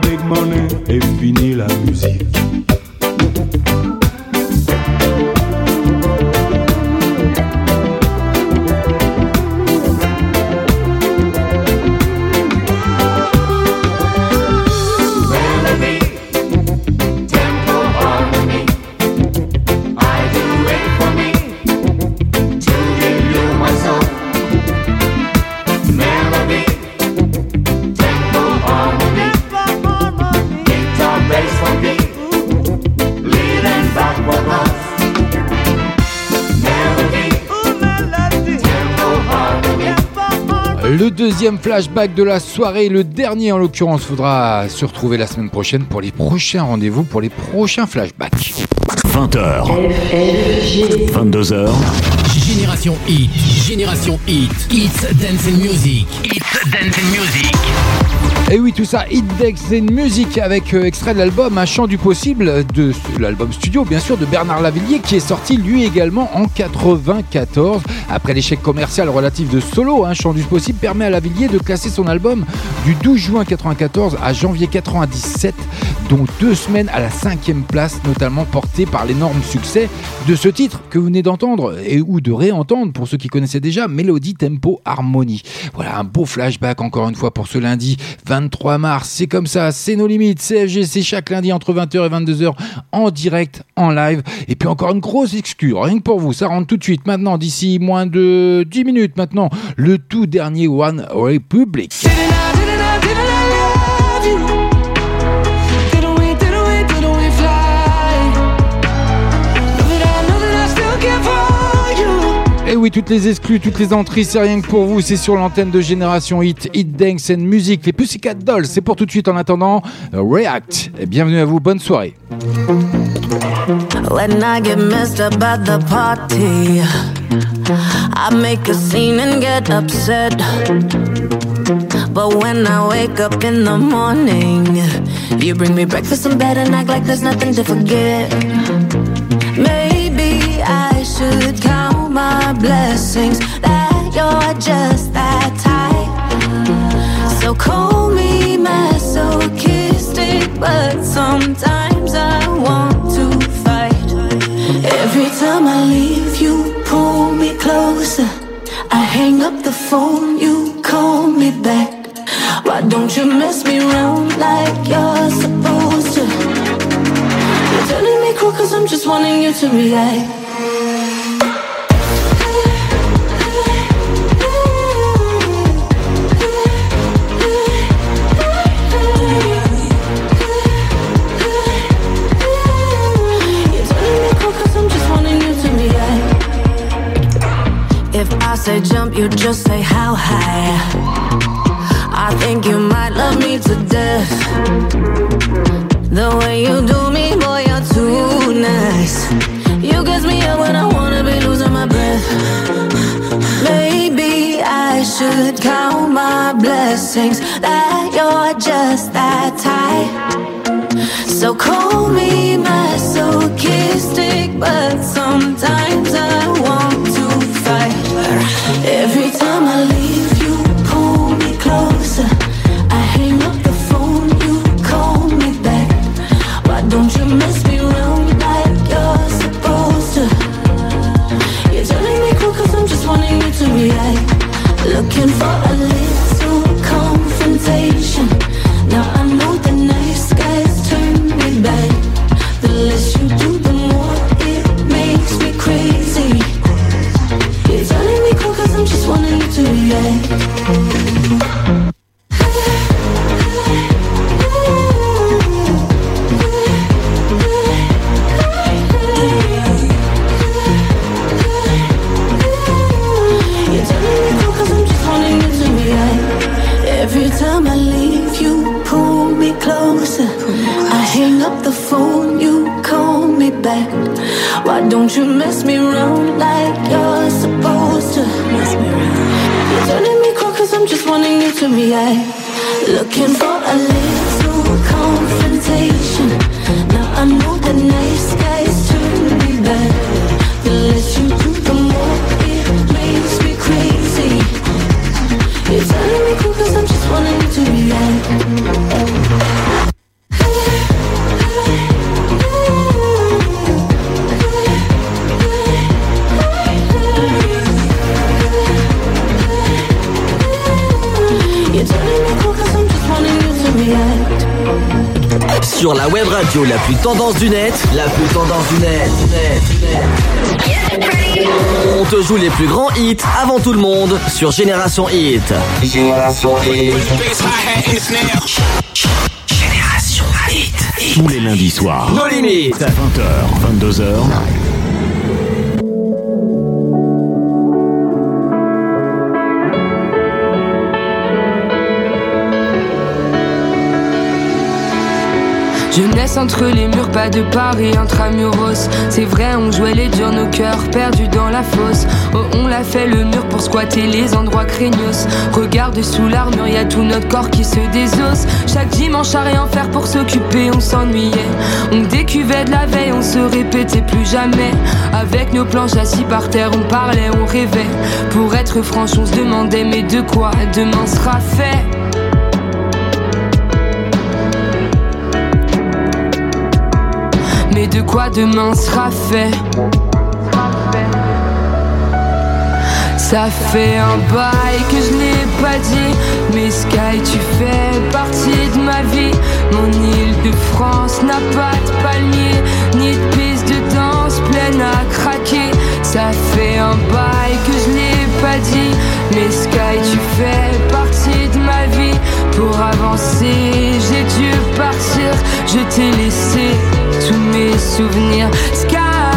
make money et fini la musique. Le deuxième flashback de la soirée, le dernier en l'occurrence, faudra se retrouver la semaine prochaine pour les prochains rendez-vous, pour les prochains flashbacks. 20h, 22h. Génération Hit, Génération Hit, It's Dance and Music, It's Dance and Music. Et oui, tout ça, Hit Dance and Music avec extrait de l'album Un chant du possible, de l'album studio bien sûr de Bernard Lavilliers qui est sorti lui également en 94. Après l'échec commercial relatif de Solo, Un chant du possible permet à Lavilliers de classer son album du 12 juin 94 à janvier 97, dont 2 semaines à la 5e place, notamment porté par l'énorme succès de ce titre que vous venez d'entendre et ou de réentendre pour ceux qui connaissaient déjà, Mélodie, Tempo, Harmonie. Voilà un beau flashback encore une fois pour ce lundi 23 mars. C'est comme ça, c'est nos limites. CFG, c'est chaque lundi entre 20h et 22h en direct, en live. Et puis encore une grosse excuse, rien que pour vous, ça rentre tout de suite maintenant, d'ici moins de 10 minutes maintenant, le tout dernier One Republic. Et oui, toutes les exclus, toutes les entrées, c'est rien que pour vous. C'est sur l'antenne de Génération Hit, Hit Dance and Music. Les Pussycat Dolls, c'est pour tout de suite. En attendant, React. Et bienvenue à vous, bonne soirée. When I get messed up at the party, I make a scene and get upset. But when I wake up in the morning, you bring me breakfast in bed and act like there's nothing to forget. Maybe I should count my blessings that you're just that type. So call me masochistic, but sometimes I want to fight. Every time I leave, you pull me closer. I hang up the phone, you call me back. Why don't you mess me around like you're supposed to? You're turning me cool cause I'm just wanting you to react. If I say jump, you just say how high. I think you might love me to death. The way you do me, boy, you're too nice. You get me up when I wanna be losing my breath. Maybe I should count my blessings that you're just that type. So call me masochistic, but sometimes I want to fight. Every time I leave, you pull me closer. I hang up the phone, you call me back. Why don't you mess me around like you're supposed to? You're telling me cool cause I'm just wanting you to react. Looking for a little confrontation. Now I know the nice guys turn me back. The less you do, the more it makes me crazy. You're telling me cool cause I'm just wanting you to react. Every time I leave, you pull me closer. I hang up the phone, you call me back. Why don't you mess me around like you're supposed to? You're turning me cool cause I'm just wanting you to react. Looking for a little confrontation. Now I know the nice guys turn me back. The less you do, the more it makes me crazy. You're telling me cool cause I'm just wanting you to react. wanted you to react. Sur la web radio la plus tendance du net, on te joue les plus grands hits avant tout le monde sur Génération Hit. Génération Hit. Génération Hit. Tous les lundis soirs. Nos limites. 20h, 22h. Jeunesse entre les murs, pas de Paris, intramuros. C'est vrai, on jouait les durs, nos cœurs perdus dans la fosse. Oh, on l'a fait le mur pour squatter les endroits craignos. Regarde sous l'armure, y'a tout notre corps qui se désosse. Chaque dimanche à rien faire pour s'occuper, on s'ennuyait. On décuvait de la veille, on se répétait plus jamais. Avec nos planches assis par terre, on parlait, on rêvait. Pour être franche, on se demandait, mais de quoi demain sera fait? Mais de quoi demain sera fait? Ça fait un bail que je l'ai pas dit. Mais Sky, tu fais partie de ma vie. Mon Île-de-France n'a pas de palmier, ni de piste de danse pleine à craquer. Ça fait un bail que je l'ai pas dit. Mais Sky, tu fais partie de ma vie. Pour avancer, j'ai dû partir. Je t'ai laissé tous mes souvenirs. Sky,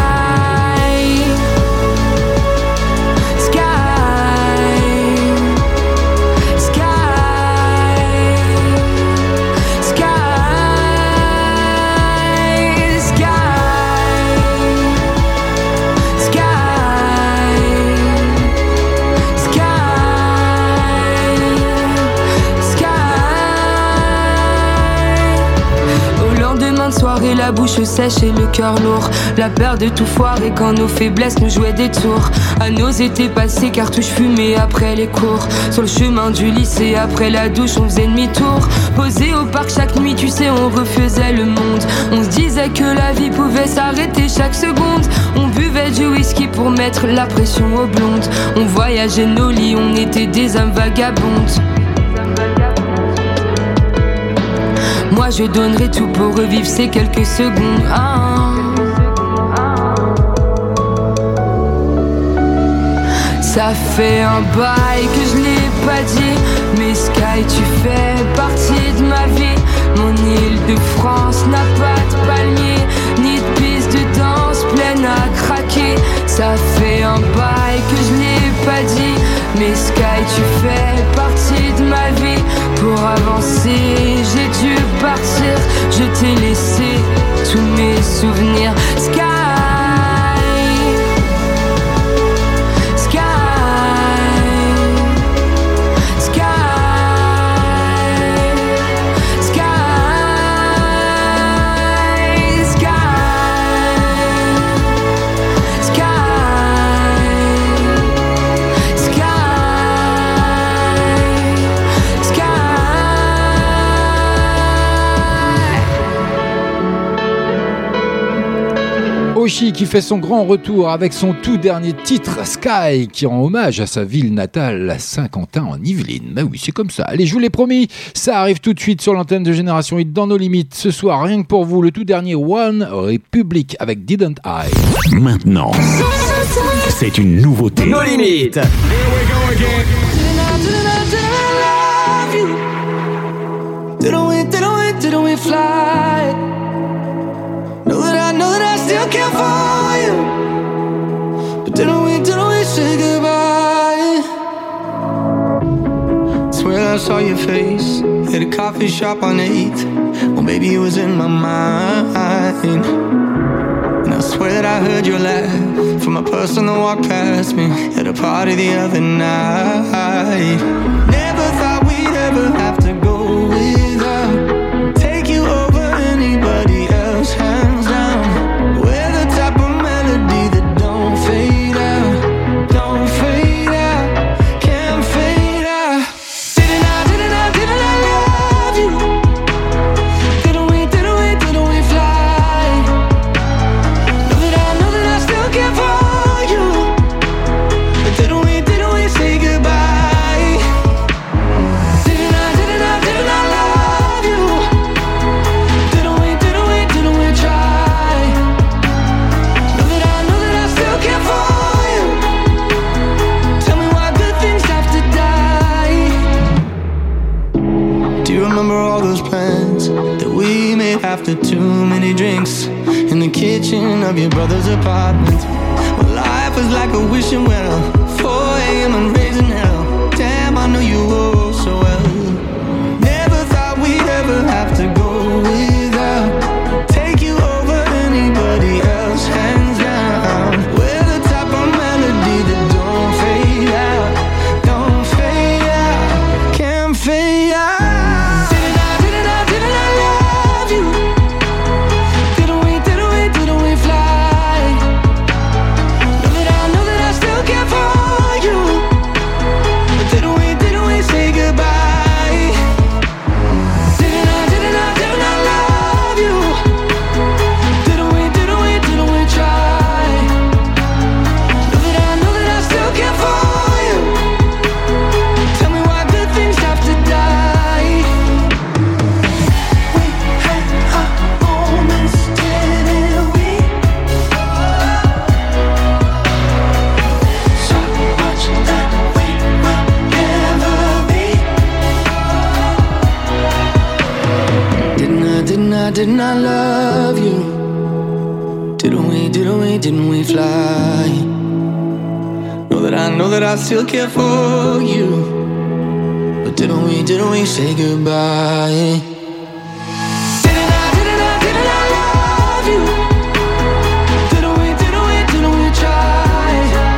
soirée, la bouche sèche et le cœur lourd. La peur de tout foirer quand nos faiblesses nous jouaient des tours. À nos étés passés, cartouches fumées après les cours. Sur le chemin du lycée, après la douche, on faisait demi-tour. Posé au parc chaque nuit, tu sais, on refaisait le monde. On se disait que la vie pouvait s'arrêter chaque seconde. On buvait du whisky pour mettre la pression aux blondes. On voyageait nos lits, on était des âmes vagabondes. Moi je donnerais tout pour revivre ces quelques secondes. Ça fait un bail que je l'ai pas dit. Mais Sky, tu fais partie de ma vie. Mon Île-de-France n'a pas de palmier, ni de piste de danse pleine à craquer. Ça fait un bail que je l'ai pas dit. Mais Sky, tu fais partie de ma vie. Pour avancer, j'ai dû partir. Je t'ai laissé tous mes souvenirs. Sky, Oshi qui fait son grand retour avec son tout dernier titre Sky qui rend hommage à sa ville natale Saint-Quentin en Yvelines. Bah oui, c'est comme ça. Allez, je vous l'ai promis, ça arrive tout de suite sur l'antenne de Génération Hit dans nos limites. Ce soir, rien que pour vous, le tout dernier One Republic avec Didn't I. Maintenant, c'est une nouveauté. Nos limites. Didn't we fly? Know that I still care for you. But didn't we say goodbye? Swear I saw your face at a coffee shop on 8th. Well, maybe it was in my mind. And I swear that I heard your laugh from a person that walked past me at a party the other night. Never thought we'd ever have to go without. Take you over anybody else, hands down. We're the type of melody that don't fade out, don't fade out, can't fade out. Didn't I love you? Didn't we fly? Know that I still care for you. But didn't we say goodbye? after too many drinks in the kitchen of your brother's apartment. Well, life was like a wishing well, 4 a.m. and raising hell. Damn, I know you all so well. Never thought we'd ever have to go without. Take you over anybody else, hands down. We're the type of melody that don't fade out, don't fade out, can't fade out. Didn't I love you? Didn't we fly? Know that I still care for you. But didn't we say goodbye? Didn't I love you? Didn't we try?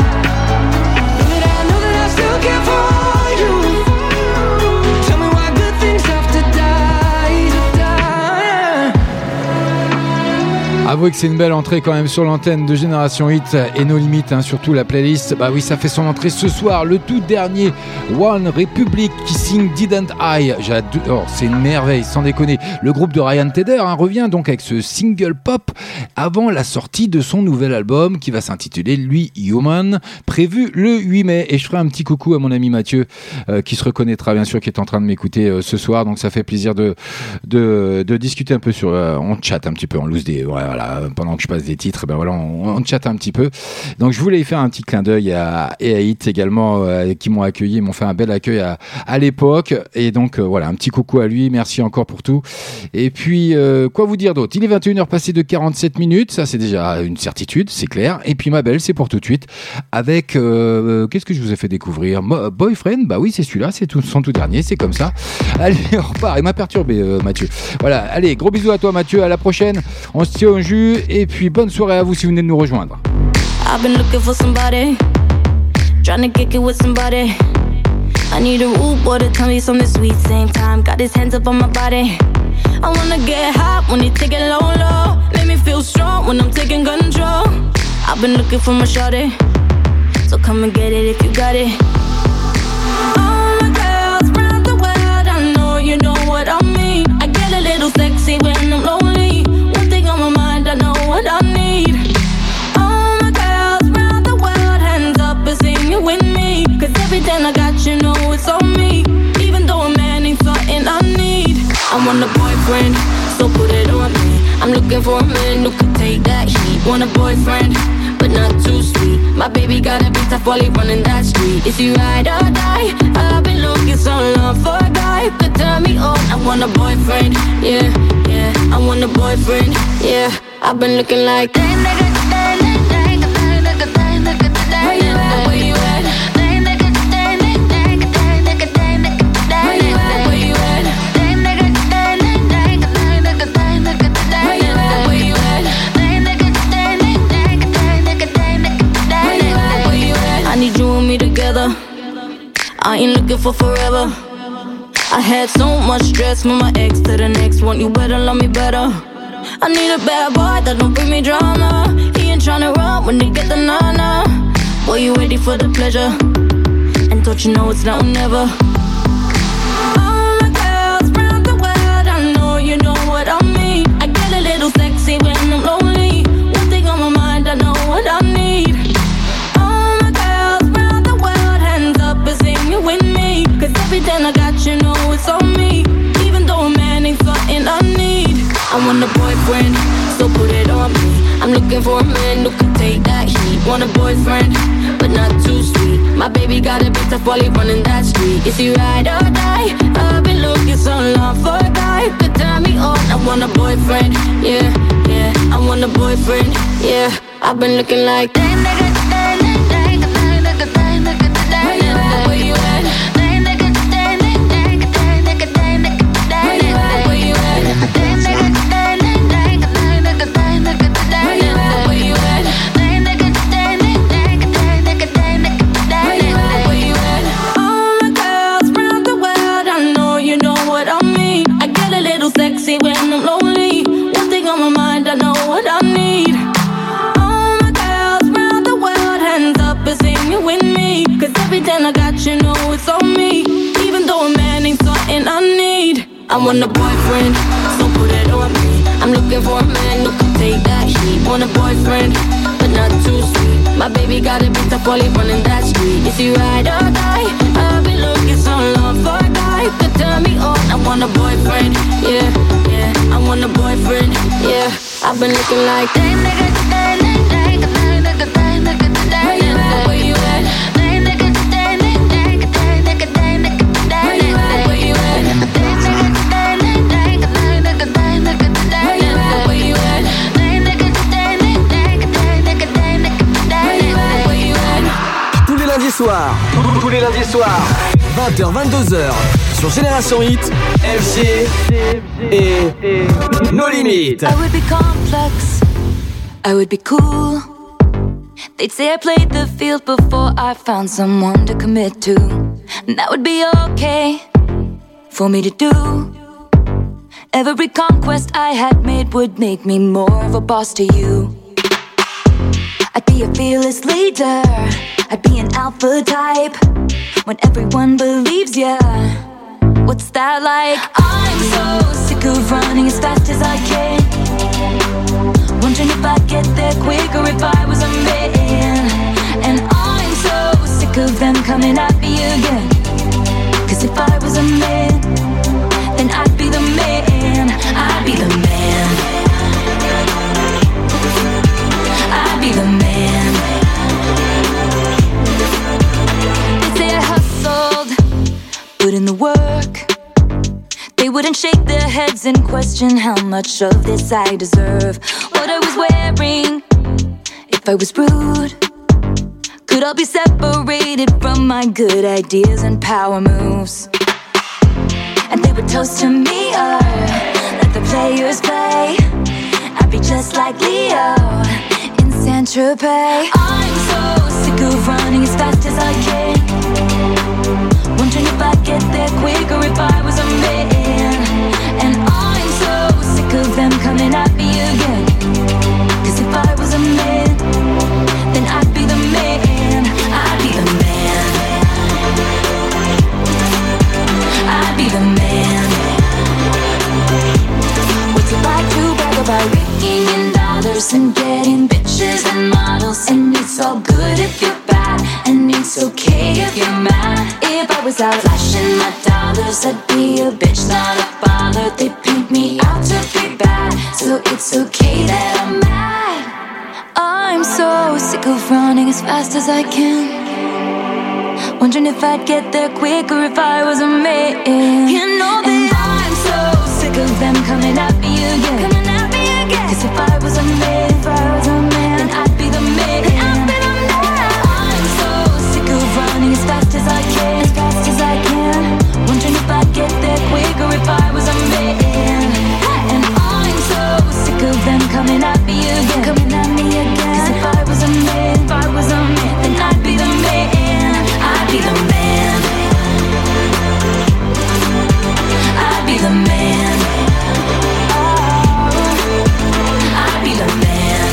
Know that I still care for you. Tell me why good things have to die. Avouez que c'est une belle entrée quand même sur l'antenne de Génération Hit et nos limites, hein, surtout la playlist. Bah oui, ça fait son entrée ce soir, le tout dernier One Republic qui signe Didn't I. J'adore, c'est une merveille, sans déconner. Le groupe de Ryan Tedder revient donc avec ce single pop avant la sortie de son nouvel album qui va s'intituler lui Human, prévu le 8 mai. Et je ferai un petit coucou à mon ami Mathieu qui se reconnaîtra bien sûr, qui est en train de m'écouter ce soir. Donc ça fait plaisir de discuter un peu sur... on chatte un petit peu, on loose des... Voilà, pendant que je passe des titres, ben voilà, on chatte un petit peu. Donc je voulais y faire un petit clin d'œil à Hit également, qui m'ont accueilli, m'ont fait un bel accueil à l'époque. Et donc voilà, un petit coucou à lui, merci encore pour tout. Et puis quoi vous dire d'autre? Il est 21h passé de 47 minutes, ça c'est déjà une certitude, c'est clair. Et puis ma belle, c'est pour tout de suite avec qu'est-ce que je vous ai fait découvrir? Boyfriend, bah oui, c'est celui-là, c'est son tout dernier, c'est comme ça. Allez, on repart. Il m'a perturbé Mathieu. Voilà, allez, gros bisous à toi Mathieu, à la prochaine. On se tient au jus et puis bonne soirée à vous si vous venez de nous rejoindre. I've been looking for somebody, trying to kick it with somebody. I need a rude boy to tell me something sweet. Same time, got his hands up on my body. I wanna get hot when he take it low, low. Make me feel strong when I'm taking control. I've been looking for my shawty, so come and get it if you got it. All my girls round the world, I know you know what I mean. I get a little sexy when I'm lonely. One thing on my mind, I know what I need. All my girls round the world, hands up and sing it with me. Cause everything I got, you know it's on me. Even though a man ain't something I need. I want a boyfriend, so put it on me. I'm looking for a man who can take that heat. Want a boyfriend, but not too sweet. My baby got a bit tough while he running that street. Is he ride or die? I've been looking so long for a guy who could turn me on. I want a boyfriend, yeah, yeah. I want a boyfriend, yeah. I've been looking like where you at, where you at? I need you and me together. I ain't looking for forever. I had so much stress from my ex to the next one. You better love me better. I need a bad boy that don't bring me drama. He ain't tryna run when they get the nana. Boy, you ready for the pleasure? And don't you know it's now or never? All my girls round the world, I know you know what I mean. I get a little sexy when I'm lonely. One thing on my mind, I know what I need. All my girls round the world, hands up and sing it with me. Cause everything I got, you know it's on me. Even though a man ain't something I need. I want a boyfriend, so put it on me. I'm looking for a man who can take that heat. Want a boyfriend, but not too sweet. My baby got a bit tough while he running that street. Is he ride or die? I've been looking so long for a guy who could turn me on. I want a boyfriend, yeah, yeah. I want a boyfriend, yeah. I've been looking like damn nigga, damn nigga, damn nigga, damn nigga, damn nigga. Where you at? Damn nigga, damn nigga, damn nigga, damn nigga, damn nigga. Where you at? Damn nigga, damn nigga, damn nigga, damn nigga, damn nigga. Where you at? Damn nigga, damn nigga, damn nigga, damn nigga, damn nigga. Where you at? All my girls round the world, I know you know what I mean. I get a little sexy when I'm lonely. One thing on my mind, I know what I need. All my girls round the world, hands up and sing it with me. Cause everything I got, you know it's on me. Even though a man ain't something I need. I want a boyfriend, so put it on me. I'm looking for a man who can take that heat. Want a boyfriend, but not too sweet. My baby got a bit of poly running that street. Is he ride or die? I've been looking so long for a guy who could turn me on. I want a boyfriend, yeah, yeah. I want a boyfriend, yeah. I've been looking like damn nigga, damn nigga, damn nigga, damn nigga, damn nigga. Where you at? Damn nigga, damn nigga, damn nigga, damn nigga, damn nigga. Where you at? Damn nigga, damn nigga, damn nigga, damn nigga, damn nigga. Where you at? Damn nigga, damn nigga, damn nigga, damn nigga, damn nigga. Where you at? Tous les lundis soirs, 20h-22h, sur Génération Hit, FG et No Limites. I would be complex, I would be cool. They'd say I played the field before I found someone to commit to. And that would be okay for me to do. Every conquest I had made would make me more of a boss to you. I'd be a fearless leader, I'd be an alpha type. When everyone believes ya, what's that like? I'm so sick of running as fast as I can. Wondering if I'd get there quicker if I was a man. And I'm so sick of them coming at me again. Cause if I was a man, then I'd be the man. I'd be the man. I'd be the man. They say I hustled, put in the work. They wouldn't shake their heads and question how much of this I deserve. What I was wearing, if I was rude, could all be separated from my good ideas and power moves. And they would toast to me, let the players play. I'd be just like Leo in Saint-Tropez. I'm so sick of running as fast as I can. Wondering if I'd get there quicker if I was a man. And I'm so sick of them coming at me again. Cause if I was a man, then I'd be the man. I'd be the man. I'd be the man. What's it like to brag about making in dollars and getting bitches and models? And it's all good if you're bad, and it's okay if you're mad. If I was out flashing my dollars, I'd be a bitch, not a bother. They paint me out to be bad, so it's okay that I'm mad. I'm so sick of running as fast as I can. Wondering if I'd get there quicker if I was a man. You know that I'm so sick of them coming at me again. Cause if I was a man, then I'd be the man. I'm so sick of running as fast as I can. Wondering if I'd get there quicker if I was a man. And I'm so sick of them coming at me again. Cause if I was a man, then I'd be the man. I'd be the man. I'd be the man. Oh, I'd be the man.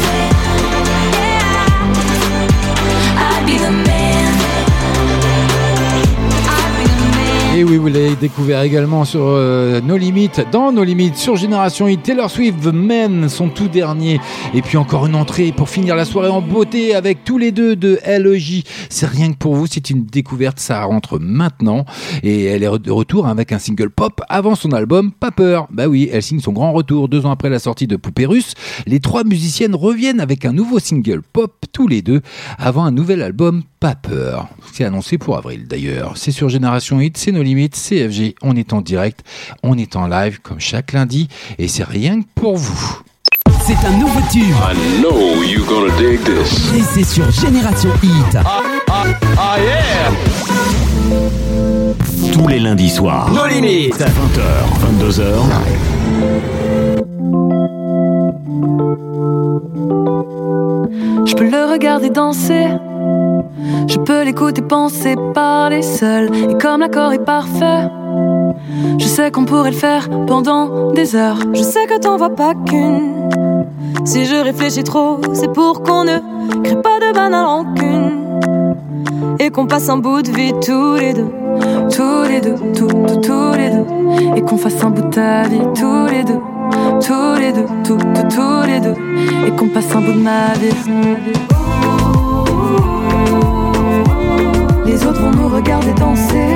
Yeah. I'd be the man. I'd be the man. Et oui, vous l'avez découvert également sur No Limites, dans No Limites, sur Génération Hit. Taylor Swift, The Man, son tout dernier. Et puis encore une entrée pour finir la soirée en beauté avec tous les deux de LEJ. C'est rien que pour vous, c'est une découverte, ça rentre maintenant. Et elle est de retour avec un single pop avant son album Pas Peur. Bah oui, elle signe son grand retour 2 ans après la sortie de Poupée Russe. Les 3 musiciennes reviennent avec un nouveau single pop, tous les deux, avant un nouvel album pas peur. C'est annoncé pour avril d'ailleurs. C'est sur Génération Hit, c'est nos limites, c'est FG. On est en direct, on est en live comme chaque lundi et c'est rien que pour vous. C'est un nouveau tube. I know you're gonna dig this. Et c'est sur Génération Hit. Yeah! Tous les lundis soirs. Nos limites. 20h, 22h. Je peux le regarder danser, je peux l'écouter penser, parler seul. Et comme l'accord est parfait, je sais qu'on pourrait le faire pendant des heures. Je sais que t'en vois pas qu'une. Si je réfléchis trop, c'est pour qu'on ne crée pas de banale rancune. Et qu'on passe un bout de vie tous les deux. Tous les deux, tous les deux. Et qu'on fasse un bout de ta vie tous les deux. Tous les deux, tous les deux. Et qu'on passe un bout de ma vie. Les autres vont nous regarder danser.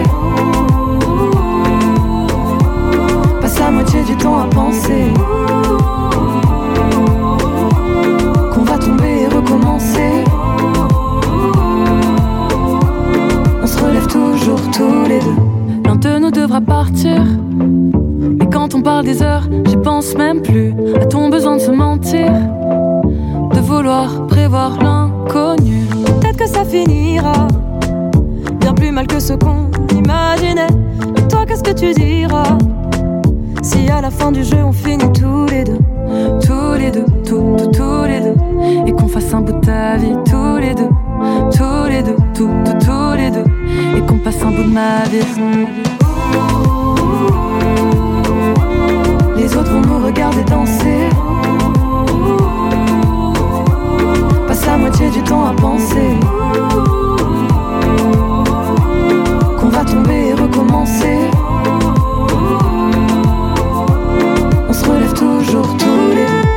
Passe la moitié du temps à penser qu'on va tomber et recommencer. On se relève toujours tous les deux. L'un de nous devra partir. Mais quand on parle des heures, j'y pense même plus. A-t-on besoin de se mentir, de vouloir prévoir l'inconnu? Peut-être que ça finira bien plus mal que ce qu'on imaginait. Et toi, qu'est-ce que tu diras si à la fin du jeu on finit tous les deux? Tous les deux, tous les deux. Et qu'on fasse un bout de ta vie tous les deux. Tous les deux, tous les deux. Et qu'on passe un bout de ma vie. Les autres vont nous regarder danser. Passe la moitié du temps à penser qu'on va tomber et recommencer. On se relève toujours tous les deux.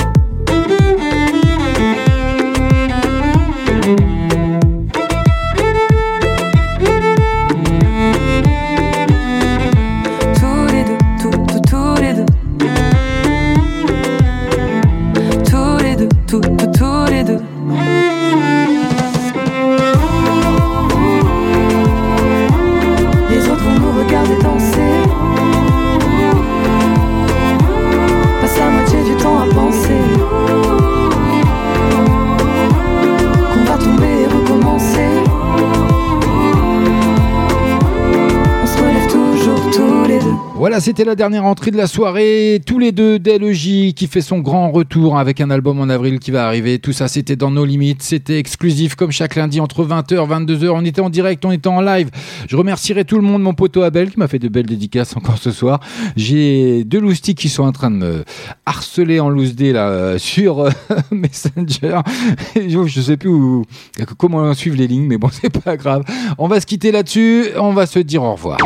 Voilà, c'était la dernière entrée de la soirée. Tous les deux, DLJ qui fait son grand retour avec un album en avril qui va arriver. Tout ça, c'était dans nos limites. C'était exclusif comme chaque lundi entre 20h et 22h. On était en direct, on était en live. Je remercierai tout le monde, mon poteau Abel qui m'a fait de belles dédicaces encore ce soir. J'ai deux loustiques qui sont en train de me harceler en loose day là, sur Messenger. Je sais plus comment suivre les lignes, mais bon, c'est pas grave. On va se quitter là-dessus. On va se dire au revoir.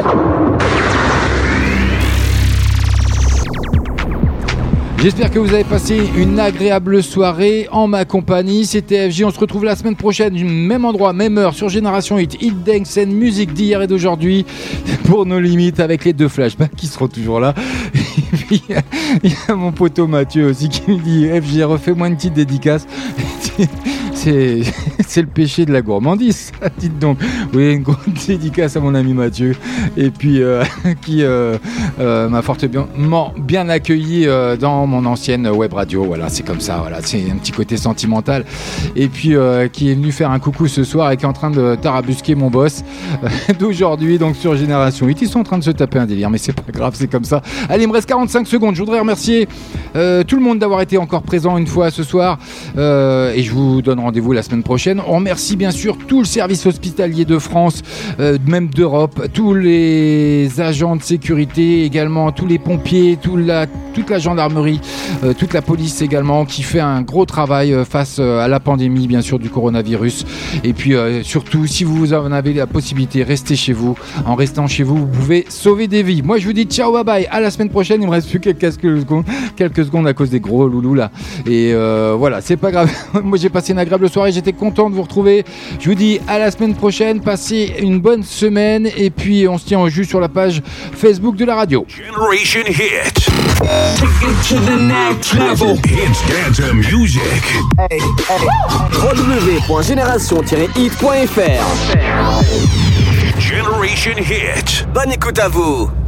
J'espère que vous avez passé une agréable soirée en ma compagnie. C'était FG, on se retrouve la semaine prochaine, même endroit, même heure, sur Génération Hit, Hit Dance and musique d'hier et d'aujourd'hui, pour nos limites, avec les deux flashbacks qui seront toujours là. Et puis, il y a mon poteau Mathieu aussi qui me dit, FG, refais-moi une petite dédicace. C'est le péché de la gourmandise, dites donc. Oui, une grande dédicace à mon ami Mathieu, et puis qui m'a fortement bien accueilli dans mon ancienne web radio. Voilà, c'est comme ça. Voilà, c'est un petit côté sentimental. Et puis qui est venu faire un coucou ce soir et qui est en train de tarabusquer mon boss d'aujourd'hui, donc sur Génération 8. Ils sont en train de se taper un délire, mais c'est pas grave, c'est comme ça. Allez, il me reste 45 secondes. Je voudrais remercier tout le monde d'avoir été encore présent une fois ce soir, et je vous donne rendez-vous la semaine prochaine. On remercie bien sûr tout le service hospitalier de France, même d'Europe, tous les agents de sécurité également, tous les pompiers, toute la gendarmerie, toute la police également, qui fait un gros travail face à la pandémie bien sûr du coronavirus. Et puis surtout, si vous en avez la possibilité, restez chez vous. En restant chez vous, vous pouvez sauver des vies. Moi je vous dis ciao, bye bye, à la semaine prochaine. Il me reste plus quelques secondes à cause des gros loulous là. Et voilà, c'est pas grave. Moi j'ai passé une agréable agréable soirée. J'étais content de vous retrouver. Je vous dis à la semaine prochaine. Passez une bonne semaine. Et puis, on se tient au jus sur la page Facebook de la radio. Generation Hit. Take it to the next level. It's dance music. www.génération-hit.fr. Generation Hit. Bonne écoute à vous.